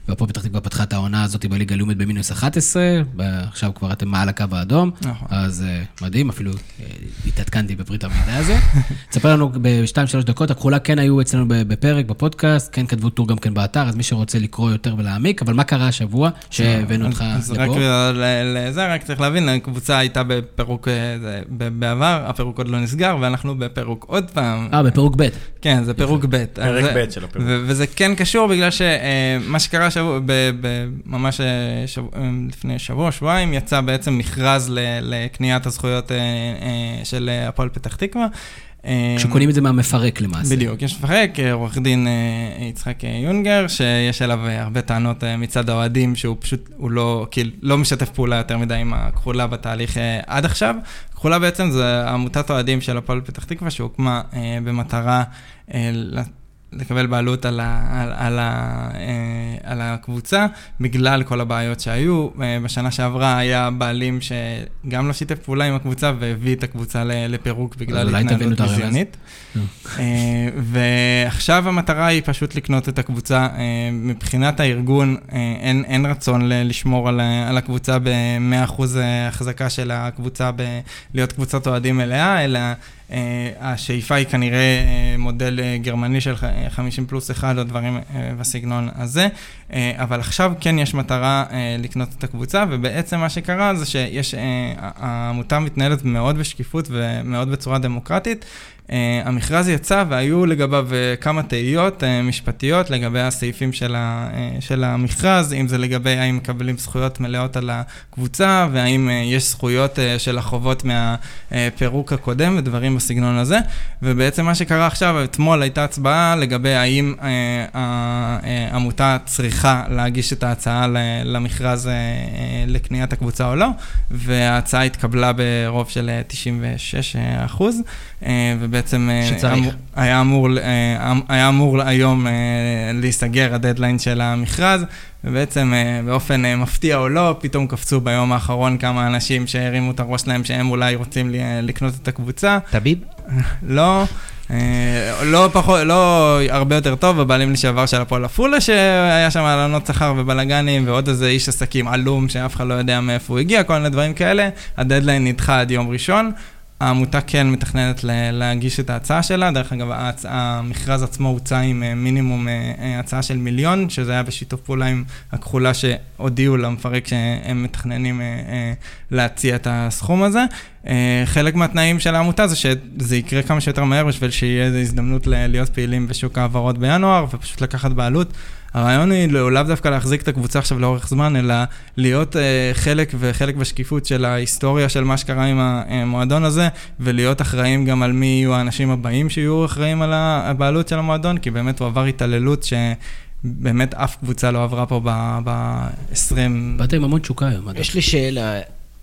והפועל פתח תקווה פתחה את העונה הזאת בליגה הלאומית במינוס 11, ועכשיו כבר אתם מעל הקו האדום, אז מדהים, אפילו התעדכנתי בפריט המידע הזה. תספר לנו ב-2-3 דקות, הכחולה כן היו אצלנו בפרק, בפודקאסט, כן כתבו טור גם כן באתר, אז מי שרוצה לקרוא יותר ולהעמיק, אבל מה קרה השבוע שהבאנו אותך לפה? רק צריך להבין, הקבוצה הייתה בפירוק בעבר, הפירוק עוד לא נסגר, ואנחנו בפירוק עוד פעם. בפירוק ב'. כן, זה פירוק ב'. פרק ב' של הפירוק. וזה כן קשור בגלל שמה שקרה ממש לפני שבועיים, יצא בעצם מכרז לקניית הזכויות של הפועל פתח תקווה. כשקונים את זה מהמפרק למעשה. בדיוק, יש מפרק, עורך דין יצחק יונגר, שיש אליו הרבה טענות מצד האוהדים, שהוא פשוט, הוא לא משתף פעולה יותר מדי עם הכחולה בתהליך עד עכשיו. הכחולה בעצם זה עמותת האוהדים של הפועל פתח תקווה, שהוקמה במטרה לקבל בעלות על הקבוצה, בגלל כל הבעיות שהיו. בשנה שעברה היה בעלים שגם לא שיתף פעולה עם הקבוצה, והביא את הקבוצה לפירוק בגלל התנהלות ביזיונית. ועכשיו המטרה היא פשוט לקנות את הקבוצה. מבחינת הארגון, אין רצון לשמור על הקבוצה ב-100% החזקה של הקבוצה, להיות קבוצת אוהדים מלאה, אלא השאיפה היא כנראה מודל גרמני של 50+1 או דברים בסגנון הזה, אבל עכשיו כן יש מטרה לקנות את הקבוצה, ובעצם מה שקרה זה שיש, העמותה מתנהלת מאוד בשקיפות ומאוד בצורה דמוקרטית. המכרז יצא והיו לגביו כמה תהיות משפטיות לגבי הסעיפים של המכרז, אם זה לגבי האם מקבלים זכויות מלאות על הקבוצה, והאם יש זכויות של החובות מהפירוק הקודם ודברים בסגנון הזה. ובעצם מה שקרה עכשיו, אתמול הייתה הצבעה לגבי האם העמותה צריכה להגיש את ההצעה למכרז לקניית הקבוצה או לא, וההצעה התקבלה ברוב של 96%, ובעצם היה אמור היום להיסגר הדדליין של המכרז, ובעצם באופן מפתיע או לא, פתאום קפצו ביום האחרון כמה אנשים שהרימו את הראש להם שהם אולי רוצים לקנות את הקבוצה. טביב? לא. לא הרבה יותר טוב, הבעלים לשעבר של הפועל עפולה, שהיה שם עלונות שכר ובלגנים, ועוד איזה איש עסקים עלום, שאף אחד לא יודע מאיפה הוא הגיע, כל מיני דברים כאלה. הדדליין נדחה עד יום ראשון. העמותה כן מתכננת להגיש את ההצעה שלה. דרך אגב, המכרז עצמו הוצא עם מינימום הצעה של 1,000,000, שזה היה בשיתוף פעולה עם הכחולה שהודיעו למפרק שהם מתכננים להציע את הסכום הזה. חלק מהתנאים של העמותה זה שזה יקרה כמה שיותר מהר, בשביל שיהיה איזו הזדמנות להיות פעילים בשוק העברות בינואר, ופשוט לקחת בעלות. הרעיון היא לאו דווקא להחזיק את הקבוצה עכשיו לאורך זמן, אלא להיות חלק בשקיפות של ההיסטוריה של מה שקרה עם המועדון הזה, ולהיות אחראים גם על מי יהיו האנשים הבאים שיהיו אחראים על הבעלות של המועדון, כי באמת הוא עבר התעללות שבאמת אף קבוצה לא עברה פה ב-20... באת עם המון תשוקה היום. יש לי שאלה,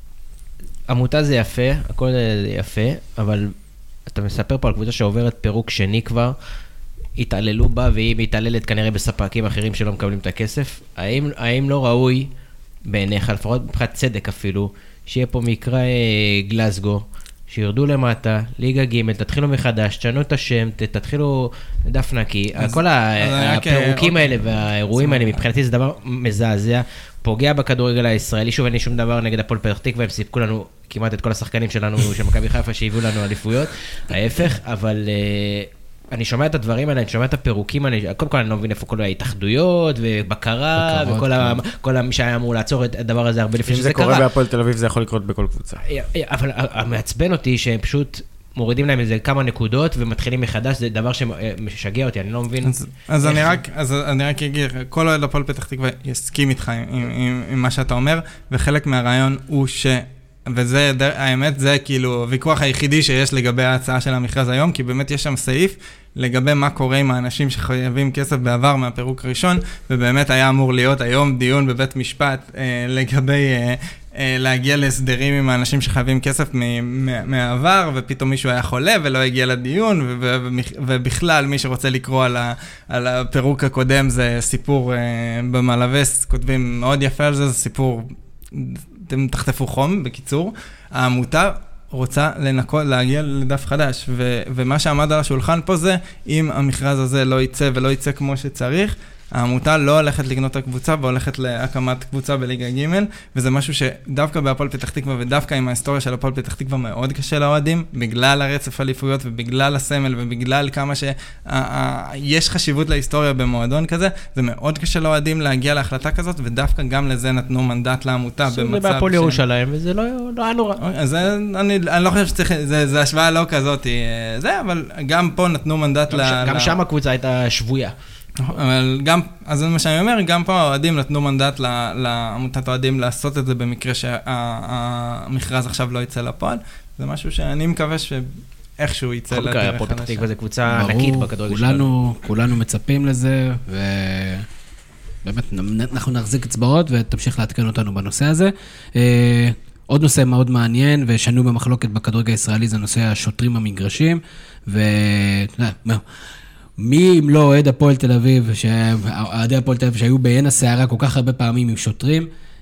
עמותה זה יפה, הכל זה יפה, אבל אתה מספר פה על קבוצה שעוברת פירוק שני כבר, התעללו בה, והיא מתעללת כנראה בספקים אחרים שלא מקבלים את הכסף. האם לא ראוי בעיניך, לפחות מבחינת צדק אפילו, שיהיה פה מקרה גלסגו, שירדו למטה, ליגה ג', תתחילו מחדש, תשנו את השם, תתחילו דף נקי. כל הפירוקים האלה והאירועים האלה, מבחינתי זה דבר מזעזע, פוגע בכדורגל הישראלי. שוב, אין לי שום דבר נגד הפועל פתח תקווה, והם סיפקו לנו כמעט את כל השחקנים שלנו, של מכבי חיפה, שהביאו לנו אליפויות, ההפך, אבל אני שומע את הדברים האלה, אני שומע את הפירוקים האלה, קודם כל אני לא מבין איפה כל ההתאחדויות ובקרה, וכל מי שהיה אמור לעצור את הדבר הזה הרבה לפני שזה קרה. אם זה קורה בהפועל תל אביב, זה יכול לקרות בכל קבוצה. אבל המעצבן אותי שהם פשוט מורידים להם איזה כמה נקודות ומתחילים מחדש, זה דבר שמשגע אותי, אני לא מבין. אז אני רק אגיד, כל אוהד הפועל פתח תקווה יסכים איתך עם מה שאתה אומר, וחלק מהרעיון הוא וזה, האמת, זה כאילו הוויכוח היחידי שיש לגבי ההצעה של המכרז היום, כי באמת יש שם סעיף לגבי מה קורה עם האנשים שחייבים כסף בעבר מהפירוק הראשון, ובאמת היה אמור להיות היום דיון בבית משפט לגבי להגיע להסדרים עם האנשים שחייבים כסף מהעבר, ופתאום מישהו היה חולה ולא הגיע לדיון, ובכלל מי שרוצה לקרוא על הפירוק הקודם זה סיפור במלווס, כותבים מאוד יפה על זה, זה סיפור... אתם תחטפו חום, בקיצור. העמותה רוצה להגיע לדף חדש, ומה שעמד על השולחן פה זה, אם המכרז הזה לא יצא ולא יצא כמו שצריך, העמותה לא הולכת לקנות את הקבוצה, והולכת להקמת קבוצה בליגה ג', וזה משהו שדווקא בהפועל פתח תקווה, ודווקא עם ההיסטוריה של הפועל פתח תקווה מאוד קשה לאוהדים, בגלל הרצף אליפויות, ובגלל הסמל, ובגלל כמה שיש חשיבות להיסטוריה במועדון כזה, זה מאוד קשה לאוהדים להגיע להחלטה כזאת, ודווקא גם לזה נתנו מנדט לעמותה במצב בהפועל ירושלים, וזה לא היה נורא. אז אני לא חושב שצריך, זה השוואה לא כזאת, אבל גם פה נתנו מנדט גם שם הקבוצה הייתה שבויה. אבל גם, אז זה מה שאני אומר, גם פה האוהדים נתנו מנדט לעמותת האוהדים לעשות את זה במקרה שהמכרז עכשיו לא יצא לפועל. זה משהו שאני מקווה שאיכשהו יצא לדרך הפועל פתח תקווה זה קבוצה ענקית בכדורגל שלנו. כולנו מצפים לזה, ובאמת אנחנו נחזיק אצבעות ותמשיך לעדכן אותנו בנושא הזה. עוד נושא מאוד מעניין ושנוי במחלוקת בכדורגל הישראלי זה נושא השוטרים המגרשים, מי אם לא אוהד הפועל תל אביב, אוהדי הפועל תל אביב שהיו בעין הסערה כל כך הרבה פעמים עם שוטרים,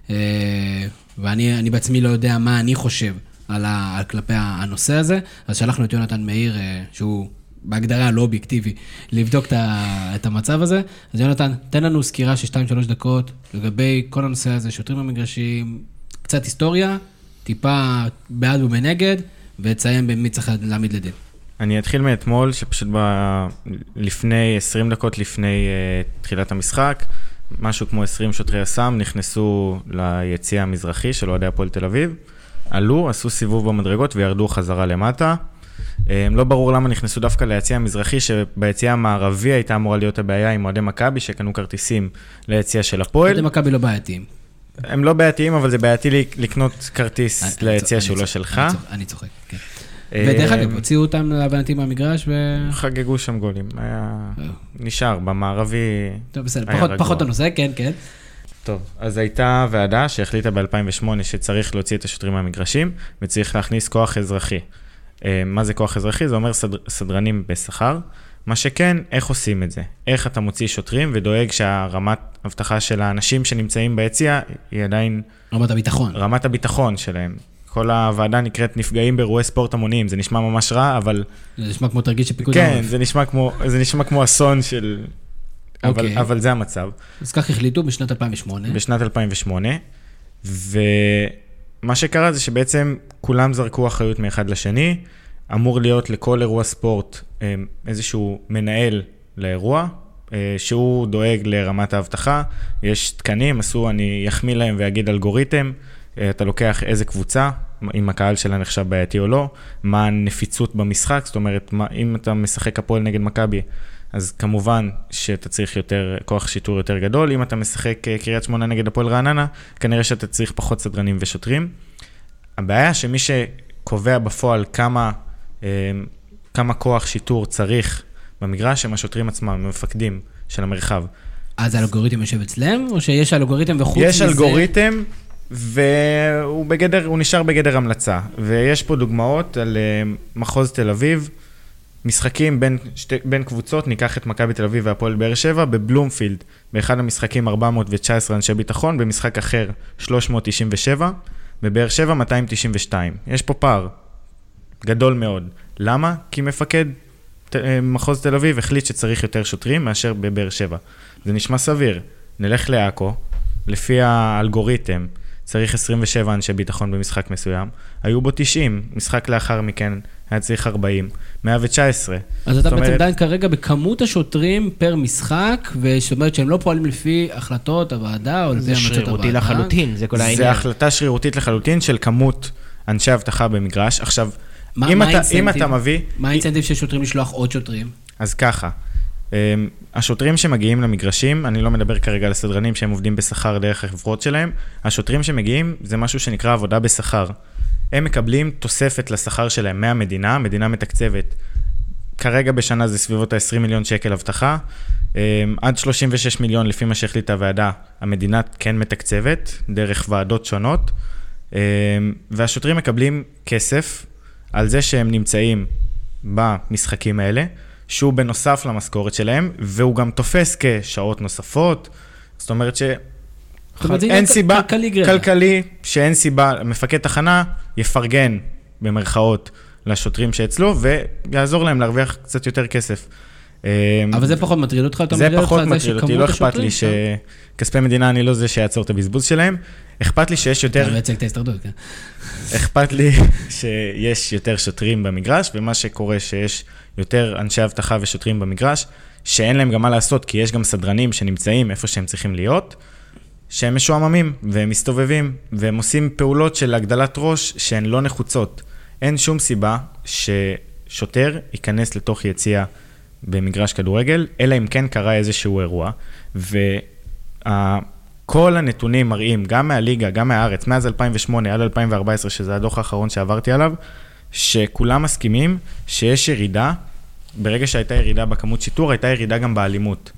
ואני בעצמי לא יודע מה אני חושב על כלפי הנושא הזה, אז שלחנו את יונתן מאיר, שהוא בהגדרה לא אובייקטיבי, לבדוק את המצב הזה. אז יונתן, תן לנו סקירה של 2-3 דקות לגבי כל הנושא הזה, שוטרים המגרשים, קצת היסטוריה, טיפה בעד ובנגד, ותסיים במי צריך להעמיד לדין. אני אתחיל מאתמול, שפשוט לפני 20 דקות לפני תחילת המשחק, משהו כמו 20 שוטרי אס"מ נכנסו ליציע המזרחי של אוהדי הפועל תל אביב, עלו, עשו סיבוב במדרגות וירדו חזרה למטה. לא ברור למה נכנסו דווקא ליציע המזרחי, שביציע המערבי הייתה אמורה להיות הבעיה עם אוהדי מכבי, שקנו כרטיסים ליציע של הפועל. אוהדי מכבי לא בעייתיים. הם לא בעייתיים, אבל זה בעייתי לקנות כרטיס ליציע שהוא לא שלך. אני צוחק, כן. ודרך אגב, הוציאו אותם להבנתים מהמגרש חגגו שם גולים. נשאר במערבי. טוב, בסדר, פחות הנושא, כן, כן. טוב, אז הייתה ועדה שהחליטה ב-2008 שצריך להוציא את השוטרים מהמגרשים, וצריך להכניס כוח אזרחי. מה זה כוח אזרחי? זה אומר סדרנים בשכר. מה שכן, איך עושים את זה? איך אתה מוציא שוטרים ודואג שהרמת הבטחה של האנשים שנמצאים ביציע היא עדיין... רמת הביטחון. רמת הביטחון שלהם. כל הוועדה נקראת נפגעים באירועי ספורט המוניים. זה נשמע ממש רע, אבל... זה נשמע כמו תרגיל של פיקוד כן, העורף. זה נשמע כמו אסון של... אבל זה המצב. אז כך החליטו בשנת 2008. בשנת 2008, ומה שקרה זה שבעצם כולם זרקו אחריות מאחד לשני, אמור להיות לכל אירוע ספורט איזשהו מנהל לאירוע, שהוא דואג לרמת ההבטחה, יש תקנים, אני יחמיא להם ויגיד אלגוריתם, אתה לוקח איזה קבוצה, אם הקהל שלה נחשב בעייתי או לא, מה הנפיצות במשחק, זאת אומרת, אם אתה משחק הפועל נגד מכבי, אז כמובן שאתה צריך כוח שיטור יותר גדול, אם אתה משחק קריית שמונה נגד הפועל רעננה, כנראה שאתה צריך פחות סדרנים ושוטרים. הבעיה שמי שקובע בפועל כמה כוח שיטור צריך במגרש, הם השוטרים עצמם, המפקדים של המרחב. אז האלגוריתם יושב אצלם, או שיש אלגוריתם וחוץ מזה? יש אלגוריתם, והוא נשאר בגדר המלצה. ויש פה דוגמאות על מחוז תל אביב, משחקים בין קבוצות, ניקח את מכבי תל אביב והפועל באר שבע, בבלומפילד, באחד המשחקים 419 אנשי ביטחון, במשחק אחר 397, בבאר שבע 292. יש פה פער גדול מאוד. למה? כי מפקד מחוז תל אביב החליט שצריך יותר שוטרים מאשר בבאר שבע. זה נשמע סביר. נלך לעכו, לפי האלגוריתם, צריך 27 אנשי ביטחון במשחק מסוים, היו בו 90, משחק לאחר מכן היה צריך 40, 119. אז אתה בעצם דן כרגע בכמות השוטרים פר משחק, ושאת אומרת שהם לא פועלים לפי החלטות הוועדה, או לפי המלצות הוועדה. זה שרירותי לחלוטין, זה כל העניין. זה החלטה שרירותית לחלוטין של כמות אנשי אבטחה במגרש. עכשיו, אם אתה מביא... מה האינסנטיב של שוטרים לשלוח עוד שוטרים? אז ככה, השוטרים שמגיעים למגרשים, אני לא מדבר כרגע על הסדרנים שהם עובדים בשכר דרך החברות שלהם, השוטרים שמגיעים זה משהו שנקרא עבודה בשכר. הם מקבלים תוספת לשכר שלהם מהמדינה, המדינה מתקצבת. כרגע בשנה זה סביבות ה-20 מיליון שקל הבטחה, עד 36 מיליון לפי מה שהחליטה הוועדה, המדינה כן מתקצבת, דרך ועדות שונות, והשוטרים מקבלים כסף על זה שהם נמצאים במשחקים האלה, שהוא בנוסף למשכורת שלהם, והוא גם תופס כשעות נוספות, זאת אומרת שאין סיבה, כלכלי, שאין סיבה, מפקד תחנה יפרגן במרכאות לשוטרים שאצלו, ויעזור להם להרוויח קצת יותר כסף. אבל זה פחות מטריד אותך? זה פחות מטריד אותי, לא אכפת לי שכספי מדינה אני לא זה שיעצור את הבזבוז שלהם, אכפת לי שיש יותר... אתה מייצג את ההסתרדות, כן. אכפת לי שיש יותר שוטרים במגרש, ומה שקורה שיש יותר אנשי אבטחה ושוטרים במגרש, שאין להם גם מה לעשות, כי יש גם סדרנים שנמצאים איפה שהם צריכים להיות, שהם משועממים, והם מסתובבים, והם עושים פעולות של הגדלת ראש שהן לא נחוצות. אין שום סיבה ששוטר ייכנס לתוך יציאה במגרש כדורגל, אלא אם כן קרה איזשהו אירוע, כל הנתונים מראים, גם מהליגה, גם מהארץ, מאז 2008 עד 2014, שזה הדוח האחרון שעברתי עליו, שכולם מסכימים שיש ירידה, ברגע שהייתה ירידה בכמות שיטור, הייתה ירידה גם באלימות.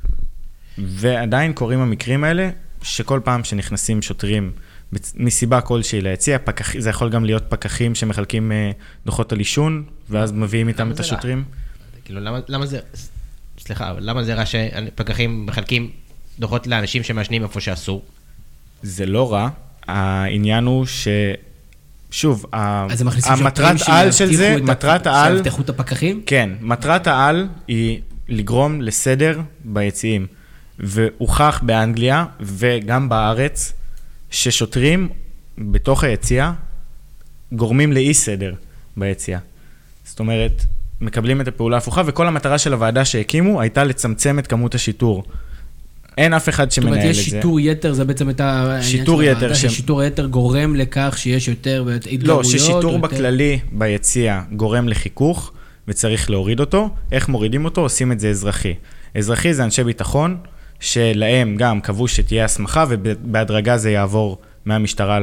ועדיין קוראים המקרים האלה, שכל פעם שנכנסים שוטרים, מסיבה כלשהי ליציע, זה יכול גם להיות פקחים שמחלקים דוחות על עישון, ואז מביאים איתם את השוטרים. כאילו, למה זה, סליחה, אבל למה זה רע שפקחים מחלקים דוחות לאנשים שמעשנים איפה שאסור? זה לא רע, העניין הוא שוב, המטרת העל של זה, מטרת העל... שיבטחו את הפקחים? כן, מטרת העל היא לגרום לסדר ביציעים. והוכח באנגליה וגם בארץ, ששוטרים בתוך היציאה גורמים לאי סדר ביציאה. זאת אומרת, מקבלים את הפעולה ההפוכה, וכל המטרה של הוועדה שהקימו הייתה לצמצם את כמות השיטור. אין אף אחד שמנהל את זה. זאת אומרת, יש שיטור יתר, זה בעצם את העניין של הוועדה, ששיטור יתר גורם לכך שיש יותר התגרויות. לא, ששיטור בכללי ביציאה גורם לחיכוך, וצריך להוריד אותו. איך מורידים אותו? עושים את זה אזרחי. אזרחי זה אנשי ביטחון, שלהם גם קבעו שתהיה הסמכה, ובהדרגה זה יעבור מהמשטרה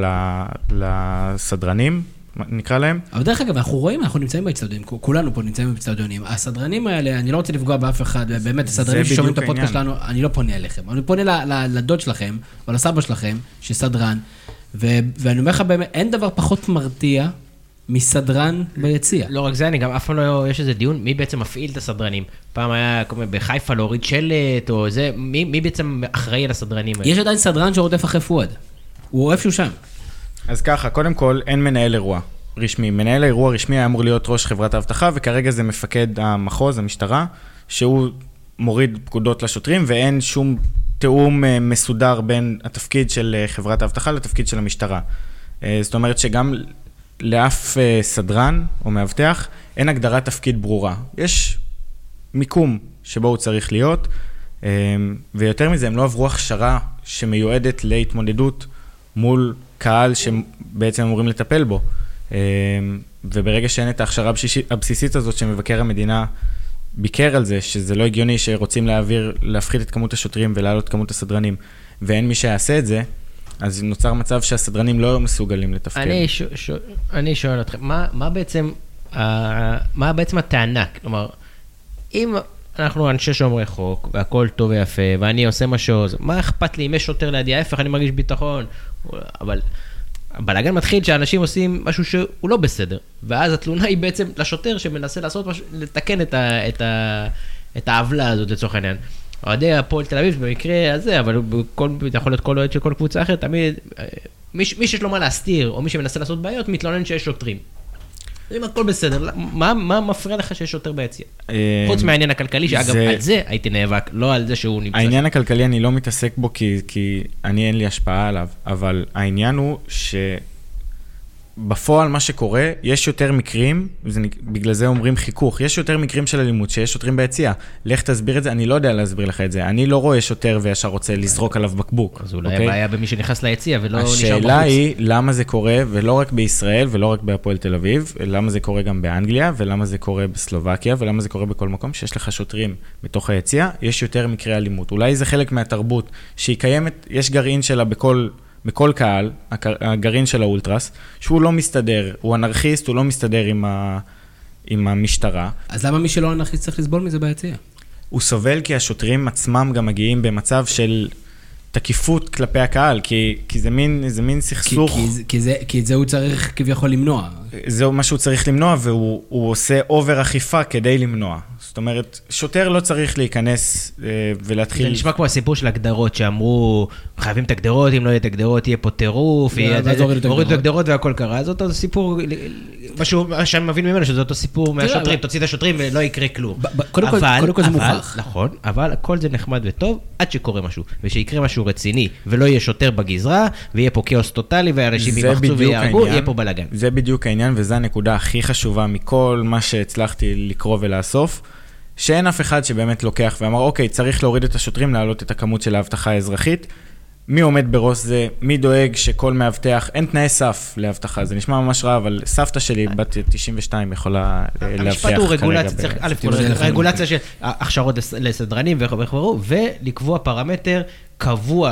לסדרנים, נקרא להם. אבל דרך אגב, אנחנו רואים, אנחנו נמצאים באצטדיונים, כולנו פה נמצאים באצטדיונים. הסדרנים האלה, אני לא רוצה לפגוע באף אחד, באמת, הסדרנים ששומעים את הפודקאסט שלנו, אני לא פונה אליכם. אני פונה לדוד שלכם, או לסבא שלכם, שסדרן, ואני אומר לך באמת, אין דבר פחות מרתיע מסדרן ביציע. לא רק זה, אני גם אף פעם לא, יש איזה דיון, מי בעצם מפעיל את הסדרנים? פעם היה בחיפה להוריד שלט, או זה, מי בעצם אחראי על הסדרנים האלה? יש עדיין סדרן שרודף אחרי פואד. הוא אוהב שהוא שם. אז ככה, קודם כל, אין מנהל אירוע רשמי. מנהל האירוע רשמי היה אמור להיות ראש חברת האבטחה, וכרגע זה מפקד המחוז, המשטרה, שהוא מוריד פקודות לשוטרים, ואין שום תיאום מסודר בין התפקיד של חברת האבטחה לתפקיד של המשטרה. זאת אומרת שגם לאף סדרן או מאבטח אין הגדרת תפקיד ברורה. יש מיקום שבו הוא צריך להיות, ויותר מזה הם לא עברו הכשרה שמיועדת להתמודדות מול קהל שבעצם אמורים לטפל בו. וברגע שאין את ההכשרה הבסיסית הזאת שמבקר המדינה ביקר על זה, שזה לא הגיוני שרוצים להפחית את כמות השוטרים ולהעלות את כמות הסדרנים, ואין מי שיעשה את זה, אז נוצר מצב שהסדרנים לא מסוגלים לתפקד. אני שואל אתכם, מה בעצם הטענה? כלומר, אם אנחנו אנשי שומרי חוק, והכל טוב ויפה, ואני עושה משהו, מה אכפת לי אם יש שוטר לידי? ההפך, אני מרגיש ביטחון. אבל הבלגן מתחיל שאנשים עושים משהו שהוא לא בסדר, ואז התלונה היא בעצם לשוטר שמנסה לעשות משהו, לתקן את העוולה הזאת לצורך העניין. אוהדי הפועל תל אביב במקרה הזה, אבל יכול להיות כל אוהד של כל קבוצה אחרת, תמיד מי שיש לו מה להסתיר, או מי שמנסה לעשות בעיות, מתלונן שיש שוטרים. אם הכל בסדר, מה מפריע לך שיש שוטר ביציע? חוץ מהעניין הכלכלי, שאגב, על זה הייתי נאבק, לא על זה שהוא נמצא. העניין הכלכלי אני לא מתעסק בו, כי אני אין לי השפעה עליו, אבל העניין הוא בפועל מה שקורה, יש יותר מקרים, בגלל זה אומרים חיכוך, יש יותר מקרים של אלימות שיש שוטרים ביציאה. לך תסביר את זה, אני לא יודע להסביר לך את זה. אני לא רואה שוטר וישר רוצה לזרוק עליו בקבוק. אז אולי הבעיה במי שנכנס ליציאה ולא נשאר בחוץ. השאלה היא למה זה קורה, ולא רק בישראל ולא רק בהפועל תל אביב, למה זה קורה גם באנגליה, ולמה זה קורה בסלובקיה, ולמה זה קורה בכל מקום שיש לך שוטרים בתוך היציאה, יש יותר מקרי אלימות. אולי זה חלק מהתרבות שהיא קיימת, יש גרעין שלה בכל קהל, הגרעין של האולטרס, שהוא לא מסתדר, הוא אנרכיסט, הוא לא מסתדר עם המשטרה. אז למה מי שלא אנרכיסט צריך לסבול מזה ביציאה? הוא סובל כי השוטרים עצמם גם מגיעים במצב של תקיפות כלפי הקהל, כי זה מין סכסוך. כי את זה הוא צריך כביכול למנוע. זהו מה שהוא צריך למנוע, והוא עושה אובר אכיפה כדי למנוע. זאת אומרת, שוטר לא צריך להיכנס ולהתחיל... זה נשמע כמו הסיפור של הגדרות, שאמרו, חייבים את הגדרות, אם לא יהיה את הגדרות, יהיה פה טירוף, הורידו את הגדרות והכל קרה. זאת סיפור מה שאני מבין ממנו, שזה אותו סיפור מהשוטרים, תוציא את השוטרים ולא יקרה כלום. קודם כל זה מוכח. נכון, אבל הכל זה נחמד וטוב, עד שקורה משהו, ושיקרה משהו רציני, ולא יהיה שוטר בגזרה, ויהיה פה כאוס טוטלי, ואנשים ימחצו ויהרגו, יהיה פה בלגן. זה בדיוק העניין, וזו הנקודה הכי חשובה מכל מה שהצלחתי לקרוא ולאסוף, שאין אף אחד שבאמת לוקח ואמר, אוקיי, צריך להוריד את השוטרים, להעלות את הכמות של ההבטחה האזרחית. מי עומד בראש זה? מי דואג שכל מאבטח, אין תנאי סף להבטחה, זה נשמע ממש רע, אבל סבתא שלי, בת 92, יכולה להבטח. המשפט הוא רגולציה, צריך רגולציה של הכשרות לסדרנים וכו', ולקבוע פרמטר קבוע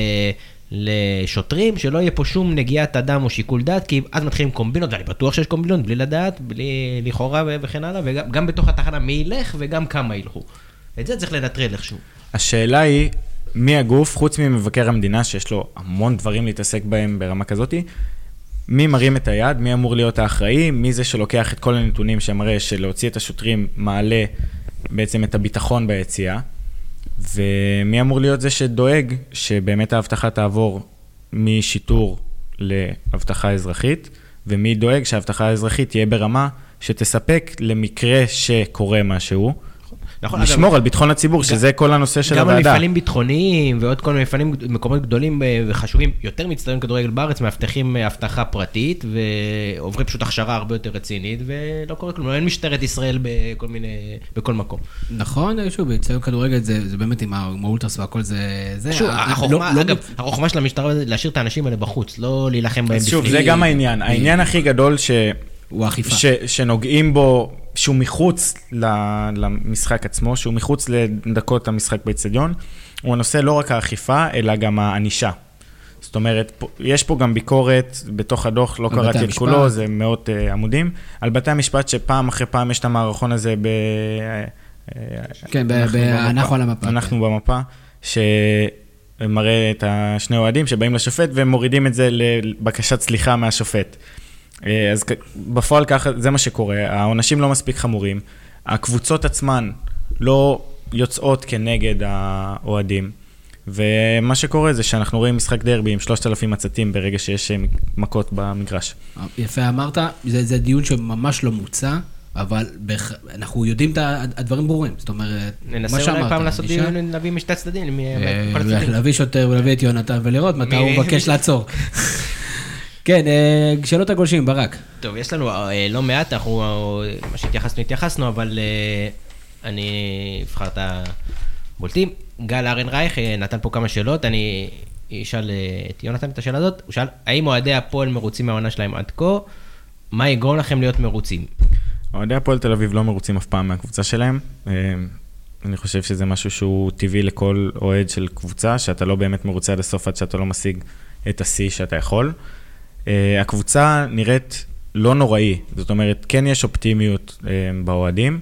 לשוטרים, שלא יהיה פה שום נגיעת אדם או שיקול דעת, כי אז מתחילים קומבינות, ואני בטוח שיש קומבינות, בלי לדעת, בלי לכאורה וכן הלאה, וגם בתוך התחנה מי ילך וגם כמה ילכו. את זה צריך לנטרל איכשהו. השאלה היא, מי הגוף, חוץ ממבקר המדינה, שיש לו המון דברים להתעסק בהם ברמה כזאת, מי מרים את היד, מי אמור להיות האחראי, מי זה שלוקח את כל הנתונים שמראה שלהוציא את השוטרים מעלה בעצם את הביטחון ביציאה, ומי אמור להיות זה שדואג שבאמת ההבטחה תעבור משיטור להבטחה אזרחית, ומי דואג שההבטחה האזרחית תהיה ברמה שתספק למקרה שקורה משהו, נכון, לשמור על ביטחון הציבור, שזה כל הנושא של הוועדה. גם על מפעלים ביטחוניים ועוד כל מיני מפעלים, מקומות גדולים וחשובים, יותר מצטיינים כדורגל בארץ, מאבטחים הבטחה פרטית, ועוברים פשוט הכשרה הרבה יותר רצינית, ולא קורה כלום, אין משטרת ישראל בכל מקום. נכון, שוב, מצטיינים כדורגל זה באמת עם האולטרס והכל זה... שוב, החוכמה של המשטרה זה להשאיר את האנשים האלה בחוץ, לא להילחם בהם בפנים. שוב, זה גם העניין. העניין הכי גדול הוא האכיפה. שנוגעים בו, שהוא מחוץ למשחק עצמו, שהוא מחוץ לדקות המשחק באצטדיון, הוא הנושא לא רק האכיפה, אלא גם הענישה. זאת אומרת, יש פה גם ביקורת בתוך הדוח, לא קראתי את כולו, זה מאות עמודים, על בתי המשפט שפעם אחרי פעם יש את המערכון הזה כן, אנחנו על המפה. אנחנו במפה, שמראה את השני אוהדים שבאים לשופט, והם מורידים את זה לבקשת סליחה מהשופט. אז בפועל ככה, זה מה שקורה, העונשים לא מספיק חמורים, הקבוצות עצמן לא יוצאות כנגד האוהדים, ומה שקורה זה שאנחנו רואים משחק דרבי עם 3,000 מצתים ברגע שיש מכות במגרש. יפה אמרת, זה דיון שממש לא מוצא, אבל אנחנו יודעים את הדברים ברורים, זאת אומרת, מה שאמרת. ננסה אולי פעם לעשות דיון, להביא משתי הצדדים. להביא שוטר ולהביא את יונתן ולראות מתי הוא מבקש לעצור. כן, שאלות הגולשים, ברק. טוב, יש לנו לא מעט, אנחנו, מה שהתייחסנו, אבל אני אבחר את הבולטים. גל ארנרייך נתן פה כמה שאלות, אני אשאל את יונתן את השאלה הזאת. הוא שאל, האם אוהדי הפועל מרוצים מהעונה שלהם עד כה? מה יגרום לכם להיות מרוצים? אוהדי הפועל תל אביב לא מרוצים אף פעם מהקבוצה שלהם. אני חושב שזה משהו שהוא טבעי לכל אוהד של קבוצה, שאתה לא באמת מרוצה עד הסוף, עד שאתה לא משיג את השיא שאתה יכול. הקבוצה נראית לא נוראי, זאת אומרת, כן יש אופטימיות באוהדים.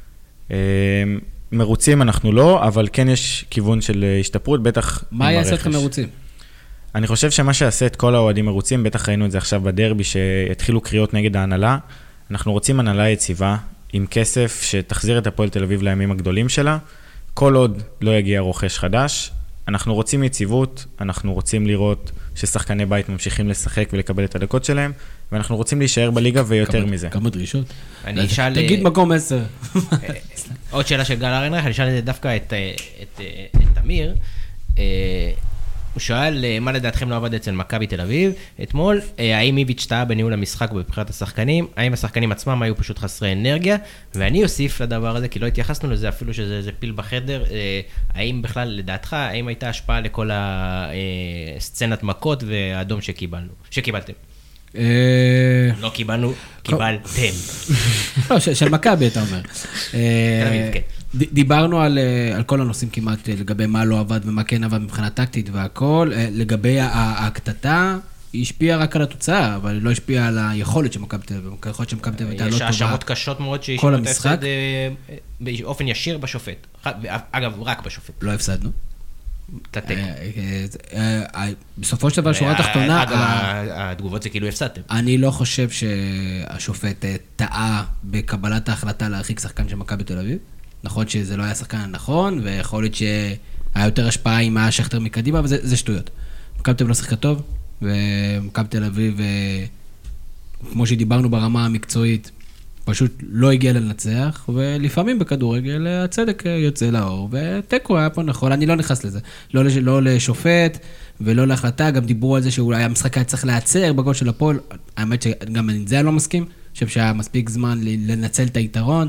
מרוצים אנחנו לא, אבל כן יש כיוון של השתפרות, בטח מה יעשה אתכם מרוצים? אני חושב שמה שיעשה את כל האוהדים מרוצים, בטח ראינו את זה עכשיו בדרבי, שהתחילו קריאות נגד ההנהלה. אנחנו רוצים הנהלה יציבה, עם כסף שתחזיר את הפועל תל אביב לימים הגדולים שלה. כל עוד לא יגיע רוכש חדש, אנחנו רוצים יציבות, אנחנו רוצים לראות ששחקני בית ממשיכים לשחק ולקבל את הדקות שלהם, ואנחנו רוצים להישאר בליגה ויותר מזה. כמה דרישות? תגיד מקום 10. עוד שאלה של גל ארנרייך, אני אשאל דווקא את אמיר. הוא שואל, מה לדעתכם לא עבד אצל מכבי תל אביב? אתמול, האם איביץ' טעה בניהול המשחק ובבחירת השחקנים? האם השחקנים עצמם היו פשוט חסרי אנרגיה? ואני אוסיף לדבר הזה, כי לא התייחסנו לזה אפילו שזה פיל בחדר. האם בכלל, לדעתך, האם הייתה השפעה לכל הסצנת מכות והאדום שקיבלתם? לא קיבלנו, קיבלתם. לא, של מכבי אתה אומר. דיברנו על כל הנושאים כמעט, לגבי מה לא עבד ומה כן עבד מבחינה טקטית והכל. לגבי ההקטטה, היא השפיעה רק על התוצאה, אבל היא לא השפיעה על היכולת שמכבי תל אביב. היכולת שמכבי תל אביב הייתה לא טובה. יש האשמות קשות מאוד שהשאירו את ההפסד באופן ישיר בשופט. אגב, רק בשופט. לא הפסדנו. בסופו של דבר, שורה תחתונה, התגובות זה כאילו הפסדתם. אני לא חושב שהשופט טעה בקבלת ההחלטה להרחיק שחקן של מכבי תל אביב. נכון שזה לא היה שחקן הנכון, ויכול להיות שהיה יותר השפעה עם השכתר מקדימה, אבל זה שטויות. מכבי תל אביב לא שיחקה טוב, ומכבי תל אביב כמו שדיברנו ברמה המקצועית, פשוט לא הגיע לנצח, ולפעמים בכדורגל הצדק יוצא לאור, וטקו היה פה נכון, אני לא נכנס לזה. לא לשופט ולא להחלטה, גם דיברו על זה שאולי המשחק היה צריך להיעצר בגול של הפועל, האמת שגם על זה אני לא מסכים, אני חושב שהיה מספיק זמן לנצל את היתרון,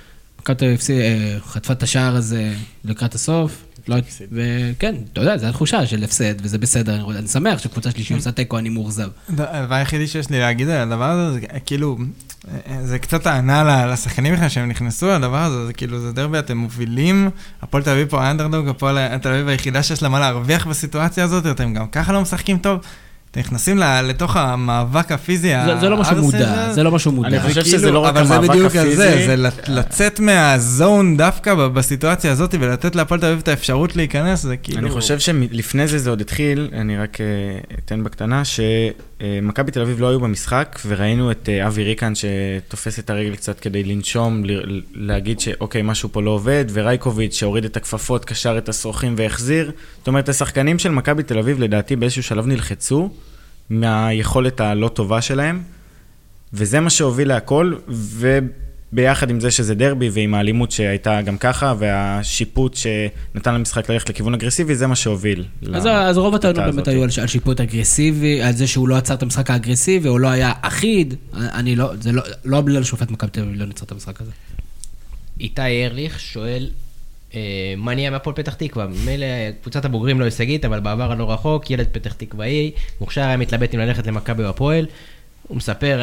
חטפה את השער הזה לקראת הסוף, וכן, אתה יודע, זו התחושה של הפסד, וזה בסדר, אני שמח שקבוצה שלישי עושה טקו, אני מאוכזב. הדבר היחידי שיש לי להגיד על הדבר הזה, זה כאילו, זה קצת טענה לשחקנים בכלל שהם נכנסו לדבר הזה, זה כאילו, זה דרבי, אתם מובילים, הפועל תל אביב פה האנדרדוג, הפועל תל אביב היחידה שיש לה מה להרוויח בסיטואציה הזאת, אתם גם ככה לא משחקים טוב, אתם נכנסים לתוך המאבק הפיזי. זה לא משהו מודע, זה לא משהו מודע. אני חושב שזה לא רק המאבק הפיזי. אבל זה בדיוק הזה, זה לצאת מהזון דווקא בסיטואציה הזאת, ולתת להפועל תל אביב את האפשרות להיכנס, זה כאילו... אני חושב שלפני זה עוד התחיל, אני רק אתן בקטנה, שמכבי תל אביב לא היו במשחק, וראינו את אבי ריקן שתופס את הרגל קצת כדי לנשום, להגיד שאוקיי, משהו פה לא עובד, ורייקוביץ' שהוריד את הכפפות, קשר את הסרוכים והחזיר. זאת אומרת, השחקנים של מכבי תל אביב לדעתי באיזשהו שלב נלחצו מהיכולת הלא טובה שלהם, וזה מה שהוביל להכל, וביחד עם זה שזה דרבי, ועם האלימות שהייתה גם ככה, והשיפוט שנתן למשחק ללכת לכיוון אגרסיבי, זה מה שהוביל. אז רוב הטענות באמת היו על שיפוט אגרסיבי, על זה שהוא לא עצר את המשחק האגרסיבי, או לא היה אחיד, זה לא בגלל שופט מכבי תל אביב לא ניצר את המשחק הזה. איתי ארליך שואל, מה נהיה מהפועל פתח תקווה? מילא קבוצת הבוגרים לא הישגית, אבל בעבר הלא רחוק, ילד פתח תקוואי, מוכשר היה מתלבט אם ללכת למכבי או הפועל, הוא מספר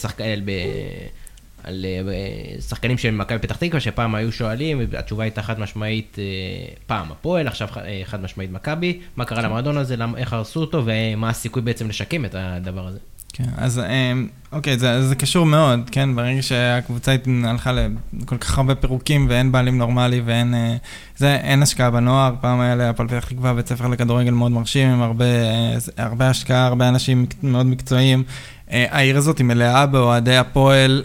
על שחקנים של מכבי פתח תקווה, שפעם היו שואלים, התשובה הייתה חד משמעית פעם הפועל, עכשיו חד משמעית מכבי, מה קרה למועדון הזה, איך הרסו אותו, ומה הסיכוי בעצם לשקם את הדבר הזה. כן, אז אוקיי, זה קשור מאוד, כן, ברגע שהקבוצה הלכה לכל כך הרבה פירוקים ואין בעלים נורמלי אין השקעה בנוער, פעם היה להפועל פתח תקווה בית ספר לכדורגל מאוד מרשים, עם הרבה השקעה, הרבה אנשים מאוד מקצועיים, העיר הזאת היא מלאה באוהדי הפועל,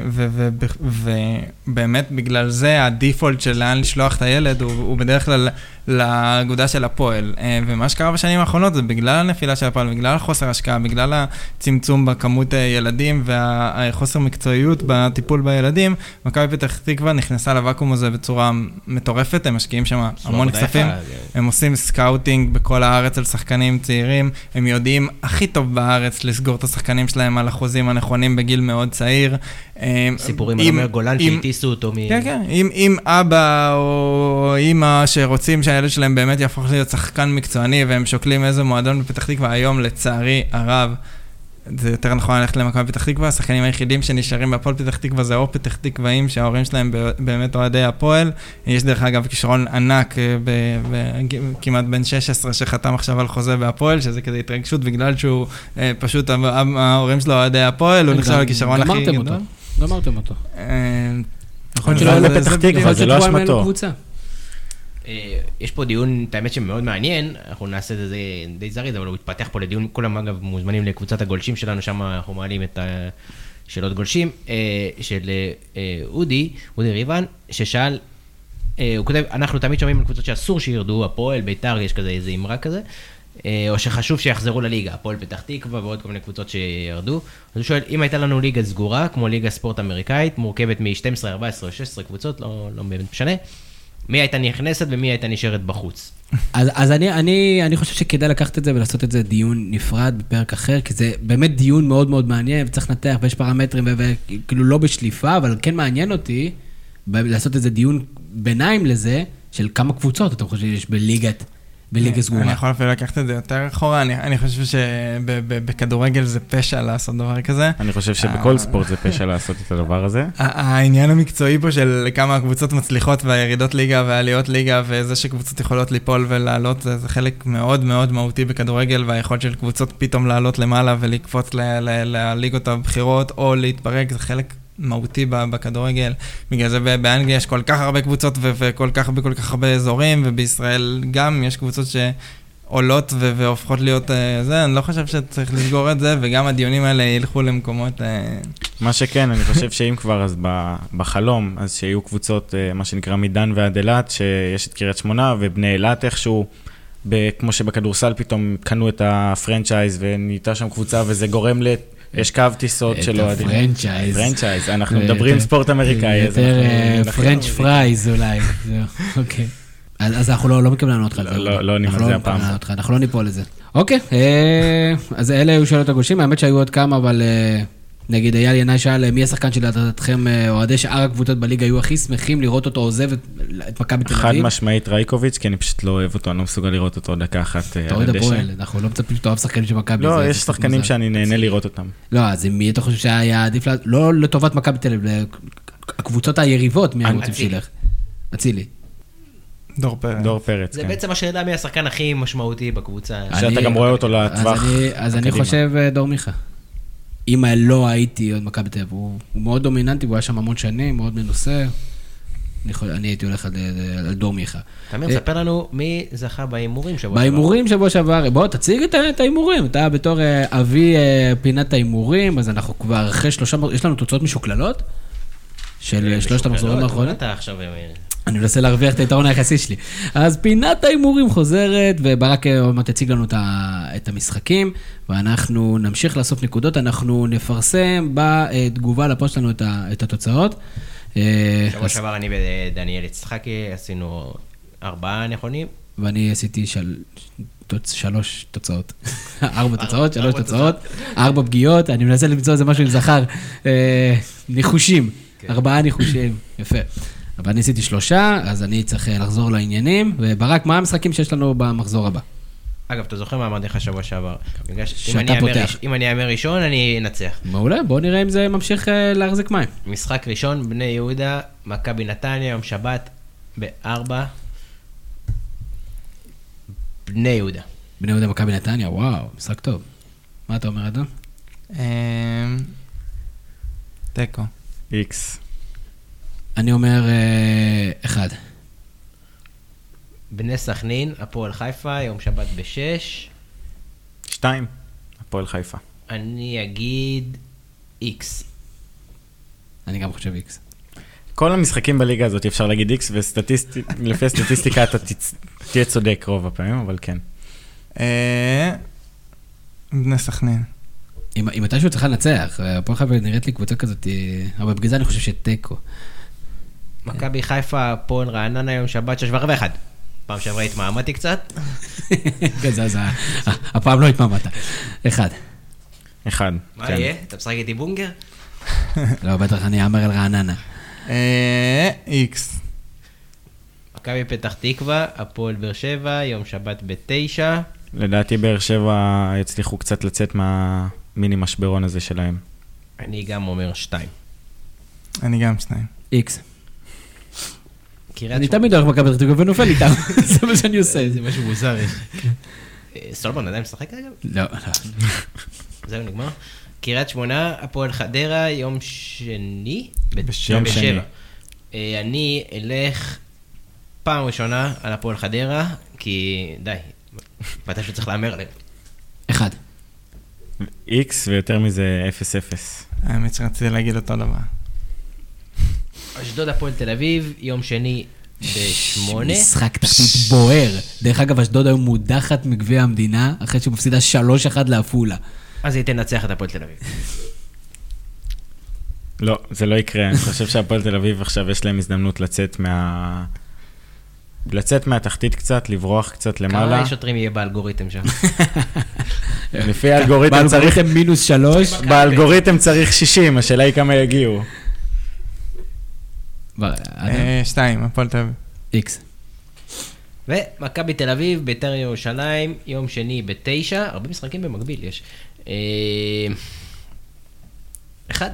ובאמת בגלל זה הדיפולט של לאן לשלוח את הילד הוא בדרך כלל לאגודה של הפועל. ומה שקרה בשנים האחרונות זה בגלל הנפילה של הפועל, בגלל חוסר השקעה, בגלל הצמצום בכמות ילדים והחוסר מקצועיות בטיפול בילדים, מכבי פתח תקווה נכנסה לוואקום הזה בצורה מטורפת, הם משקיעים שם המון כספים, הם עושים סקאוטינג בכל הארץ על שחקנים צעירים, הם יודעים הכי טוב בארץ לסגור את השחקנים שלהם על החוזים הנכונים בגיל מאוד צעיר. סיפורים על אומר גולן שהטיסו אותו כן, כן. אם אבא או אמא שרוצים שהילד שלהם באמת יהפוך להיות שחקן מקצועני, והם שוקלים איזה מועדון בפתח תקווה היום, לצערי הרב, זה יותר נכון ללכת למכבי פתח תקווה, השחקנים היחידים שנשארים בהפועל פתח תקווה זה או פתח תקוואים שההורים שלהם באמת אוהדי הפועל, יש דרך אגב כישרון ענק כמעט בן 16 שחתם עכשיו על חוזה בהפועל, שזה כזה התרגשות בגלל שהוא פשוט ההורים שלו אוהדי הפועל, הוא נחשב על כישרון הכי גדול. גמרתם אותו. נכון שלא בפתח תקווה, זה לא אשמתו. יש פה דיון, את האמת שמאוד מעניין, אנחנו נעשה את זה די זריז, אבל הוא התפתח פה לדיון, כולם אגב מוזמנים לקבוצת הגולשים שלנו, שם אנחנו מעלים את השאלות גולשים, של אודי ריבן, ששאל, הוא כותב, אנחנו תמיד שומעים על קבוצות שאסור שירדו, הפועל, ביתר, יש כזה איזה אמרה כזה, או שחשוב שיחזרו לליגה, הפועל פתח תקווה ועוד כל מיני קבוצות שירדו. אז הוא שואל, אם הייתה לנו ליגה סגורה, כמו ליגה ספורט אמריקאית, מורכבת מ-12, 14 או 16 קבוצות, לא באמת משנה, מי הייתה נכנסת ומי הייתה נשארת בחוץ? אז אני חושב שכדאי לקחת את זה ולעשות את זה דיון נפרד בפרק אחר, כי זה באמת דיון מאוד מאוד מעניין, וצריך לנתח ויש פרמטרים, וכאילו לא בשליפה, אבל כן מעניין אותי לעשות את זה דיון ביניים לזה, של כמה קבוצות אתה חושב שיש בליגה סגורה. אני יכול אפילו לקחת את זה יותר אחורה, אני חושב שבכדורגל זה פשע לעשות דבר כזה. אני חושב שבכל ספורט זה פשע לעשות את הדבר הזה. העניין המקצועי פה של כמה הקבוצות מצליחות והירידות ליגה והעליות ליגה, וזה שקבוצות יכולות ליפול ולעלות, זה חלק מאוד מאוד מהותי בכדורגל, והיכולת של קבוצות פתאום לעלות למעלה ולקפוץ לליגות הבחירות או להתפרק, זה חלק מהותי בכדורגל. בגלל זה באנגליה יש כל כך הרבה קבוצות וכל כך הרבה אזורים, ובישראל גם יש קבוצות שעולות והופכות להיות זה. אני לא חושב שצריך לסגור את זה, וגם הדיונים האלה ילכו למקומות... מה שכן, אני חושב שאם כבר, אז בחלום, אז שיהיו קבוצות, מה שנקרא מדן ועד אילת, שיש את קריית שמונה ובני אילת איכשהו, כמו שבכדורסל פתאום קנו את הפרנצ'ייז ונהייתה שם קבוצה, וזה גורם יש קו טיסות שלא... את הפרנצ'ייז. פרנצ'ייז, אנחנו מדברים ספורט אמריקאי. יותר פרנץ' פרייז אולי. אוקיי. אז אנחנו לא מקבלים לענות לך על זה. לא נימה זה הפעם. אנחנו לא ניפול לזה. אוקיי, אז אלה היו שאלות הגושים, האמת שהיו עוד כמה, אבל נגיד אייל ינאי שאל, מי השחקן שלדעתכם אוהדי שאר הקבוצות בליגה היו הכי שמחים לראות אותו עוזב את מכבי תל אביב? חד משמעית רייקוביץ', כי אני פשוט לא אוהב אותו, אני לא מסוגל לראות אותו דקה אחת על הדשא. אתה אוהד הפועל, אנחנו לא מצפים שתאהב שחקנים של מכבי. לא, יש שחקנים שאני נהנה לראות אותם. לא, אז מי אתה חושב שהיה עדיף, לא לטובת מכבי תל אביב, הקבוצות היריבות, מי רוצים שילך? אצילי. דור פרץ, זה כן. בעצם השאלה מי השחקן הכי משמעותי בקבוצה. שאתה גם רואה אותו לטווח. אז אני חושב דור מיכה. אם לא הייתי עוד מכבי תל אביב, הוא מאוד דומיננטי, הוא היה שם המון שנים, מאוד מנוסה. אני הייתי הולך על דור מיכה. תמיר, ספר לנו מי זכה בהימורים שבוע שעבר. בהימורים שבוע שעבר, בוא תציג את ההימורים, אתה בתור אבי פינת ההימורים, אז אנחנו כבר אחרי 3, יש לנו תוצאות משוקללות? של 3 המחזורים האחרונים? אתה עכשיו... אני מנסה להרוויח את היתרון היחסי שלי. אז פינת ההימורים חוזרת, וברק תציג לנו את המשחקים, ואנחנו נמשיך לאסוף נקודות, אנחנו נפרסם בתגובה לפוסט שלנו את התוצאות. שבוע שעבר אני ודניאל יצחקי, עשינו 4 נכונים. ואני עשיתי 3 תוצאות. 4 תוצאות, 3 תוצאות, 4 פגיעות, אני מנסה למצוא איזה משהו עם זכר. ניחושים, 4 ניחושים, יפה. אבל אני עשיתי 3, אז אני צריך לחזור לעניינים, וברק, מה המשחקים שיש לנו במחזור הבא? אגב, אתה זוכר מה אמרתי לך שבוע שעבר? שאתה פותח. אם אני אאמר ראשון, אני אנצח. מעולה, בואו נראה אם זה ממשיך להחזיק מים. משחק ראשון, בני יהודה, מכבי נתניה, יום שבת, ב-4. בני יהודה. בני יהודה, מכבי נתניה, וואו, משחק טוב. מה אתה אומר, אדם? תיקו. איקס. אני אומר 1. בני סכנין, הפועל חיפה, יום שבת ב-6. 2. הפועל חיפה. אני אגיד איקס. אני גם חושב איקס. כל המשחקים בליגה הזאת אפשר להגיד איקס, ולפי הסטטיסטיקה אתה תהיה צודק רוב הפעמים, אבל כן. בני סכנין. אם מתישהו צריך לנצח, הפועל חיפה נראית לי קבוצה כזאת, אבל בגלל זה אני חושב שתיקו. מכבי חיפה, הפועל רעננה, יום שבת 6:15. פעם שעברה התמהמתי קצת. אז הפעם לא התמהמת. 1. מה יהיה? אתה משחק איתי בונגר? לא, בטח אני אאמר על רעננה. איקס. מכבי פתח תקווה, הפועל באר שבע, יום שבת ב-9. לדעתי באר שבע יצליחו קצת לצאת מהמיני משברון הזה שלהם. אני גם אומר 2. אני גם 2. איקס. אני תמיד הולך מכבי פתח תקווה ונופל איתם. זה מה שאני עושה. זה משהו מוזר. סולומון עדיין משחק אגב? לא. זהו, נגמר. קריית שמונה, הפועל חדרה, יום שני? יום שני. אני אלך פעם ראשונה על הפועל חדרה, כי די, מתי שהוא צריך לאמר עליהם. 1. איקס ויותר מזה 0-0. האמת שרציתי להגיד אותו דבר. אשדוד הפועל תל אביב, יום שני ב-8. משחק תחתית בוער. דרך אגב, אשדוד היום מודחת מגביע המדינה, אחרי שהוא מפסידה 3-1 לעפולה. אז היא תנצח את הפועל תל אביב. לא, זה לא יקרה. אני חושב שהפועל תל אביב עכשיו יש להם הזדמנות לצאת מהתחתית קצת, לברוח קצת למעלה. כמה שוטרים יהיה באלגוריתם שם? לפי האלגוריתם צריך... באלגוריתם -3. באלגוריתם צריך 60, השאלה היא כמה יגיעו. 2, הפועל תל אביב. איקס. ומכבי תל אביב, בית"ר ירושלים, יום שני ב-9. הרבה משחקים במקביל יש. 1.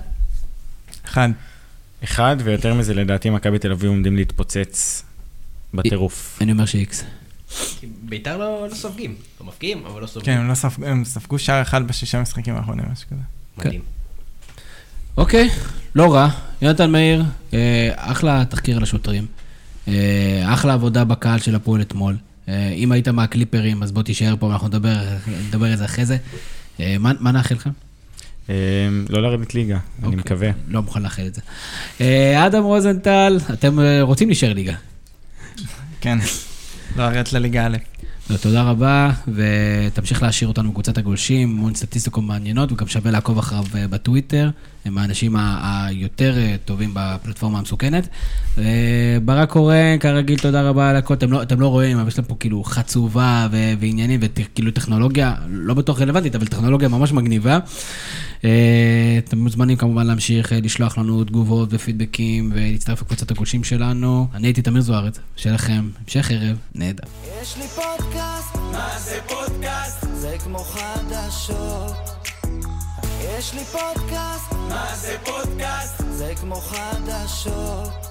1, ויותר מזה לדעתי מכבי תל אביב עומדים להתפוצץ בטירוף. אני אומר שאיקס. בית"ר לא סופגים. לא מפקיעים, אבל לא סופגים. כן, הם ספגו שער 1 ב6 משחקים האחרונים, משהו כזה. מדהים. אוקיי, לא רע. יונתן מאיר, אחלה תחקיר על השוטרים. אחלה עבודה בקהל של הפועל אתמול. אם היית מהקליפרים, אז בוא תישאר פה, אנחנו נדבר על זה אחרי זה. מה נאחל לך? לא לרדת ליגה, אני מקווה. לא מוכן לאחל את זה. אדם רוזנטל, אתם רוצים להישאר ליגה? כן, לא לרדת לליגה א'. תודה רבה, ותמשיך להשאיר אותנו בקבוצת הגולשים, המון סטטיסטיקות מעניינות, וגם שווה לעקוב אחריו בטוויטר, הם האנשים היותר טובים בפלטפורמה המסוכנת. ברק קורן, כרגיל, תודה רבה על הכל, אתם לא רואים, אבל יש להם פה כאילו חצובה ועניינים, וכאילו טכנולוגיה, לא בטוח רלוונטית, אבל טכנולוגיה ממש מגניבה. אתם מוזמנים כמובן להמשיך לשלוח לנו תגובות ופידבקים, ולהצטרף לקבוצת הגולשים שלנו. אני הייתי תמיר זוארץ, שלכם, המשך ערב, נהדר. יש לי פודקאסט, מה זה פודקאסט? זה כמו חדשות. יש לי פודקאסט, מה זה פודקאסט? זה כמו חדשות.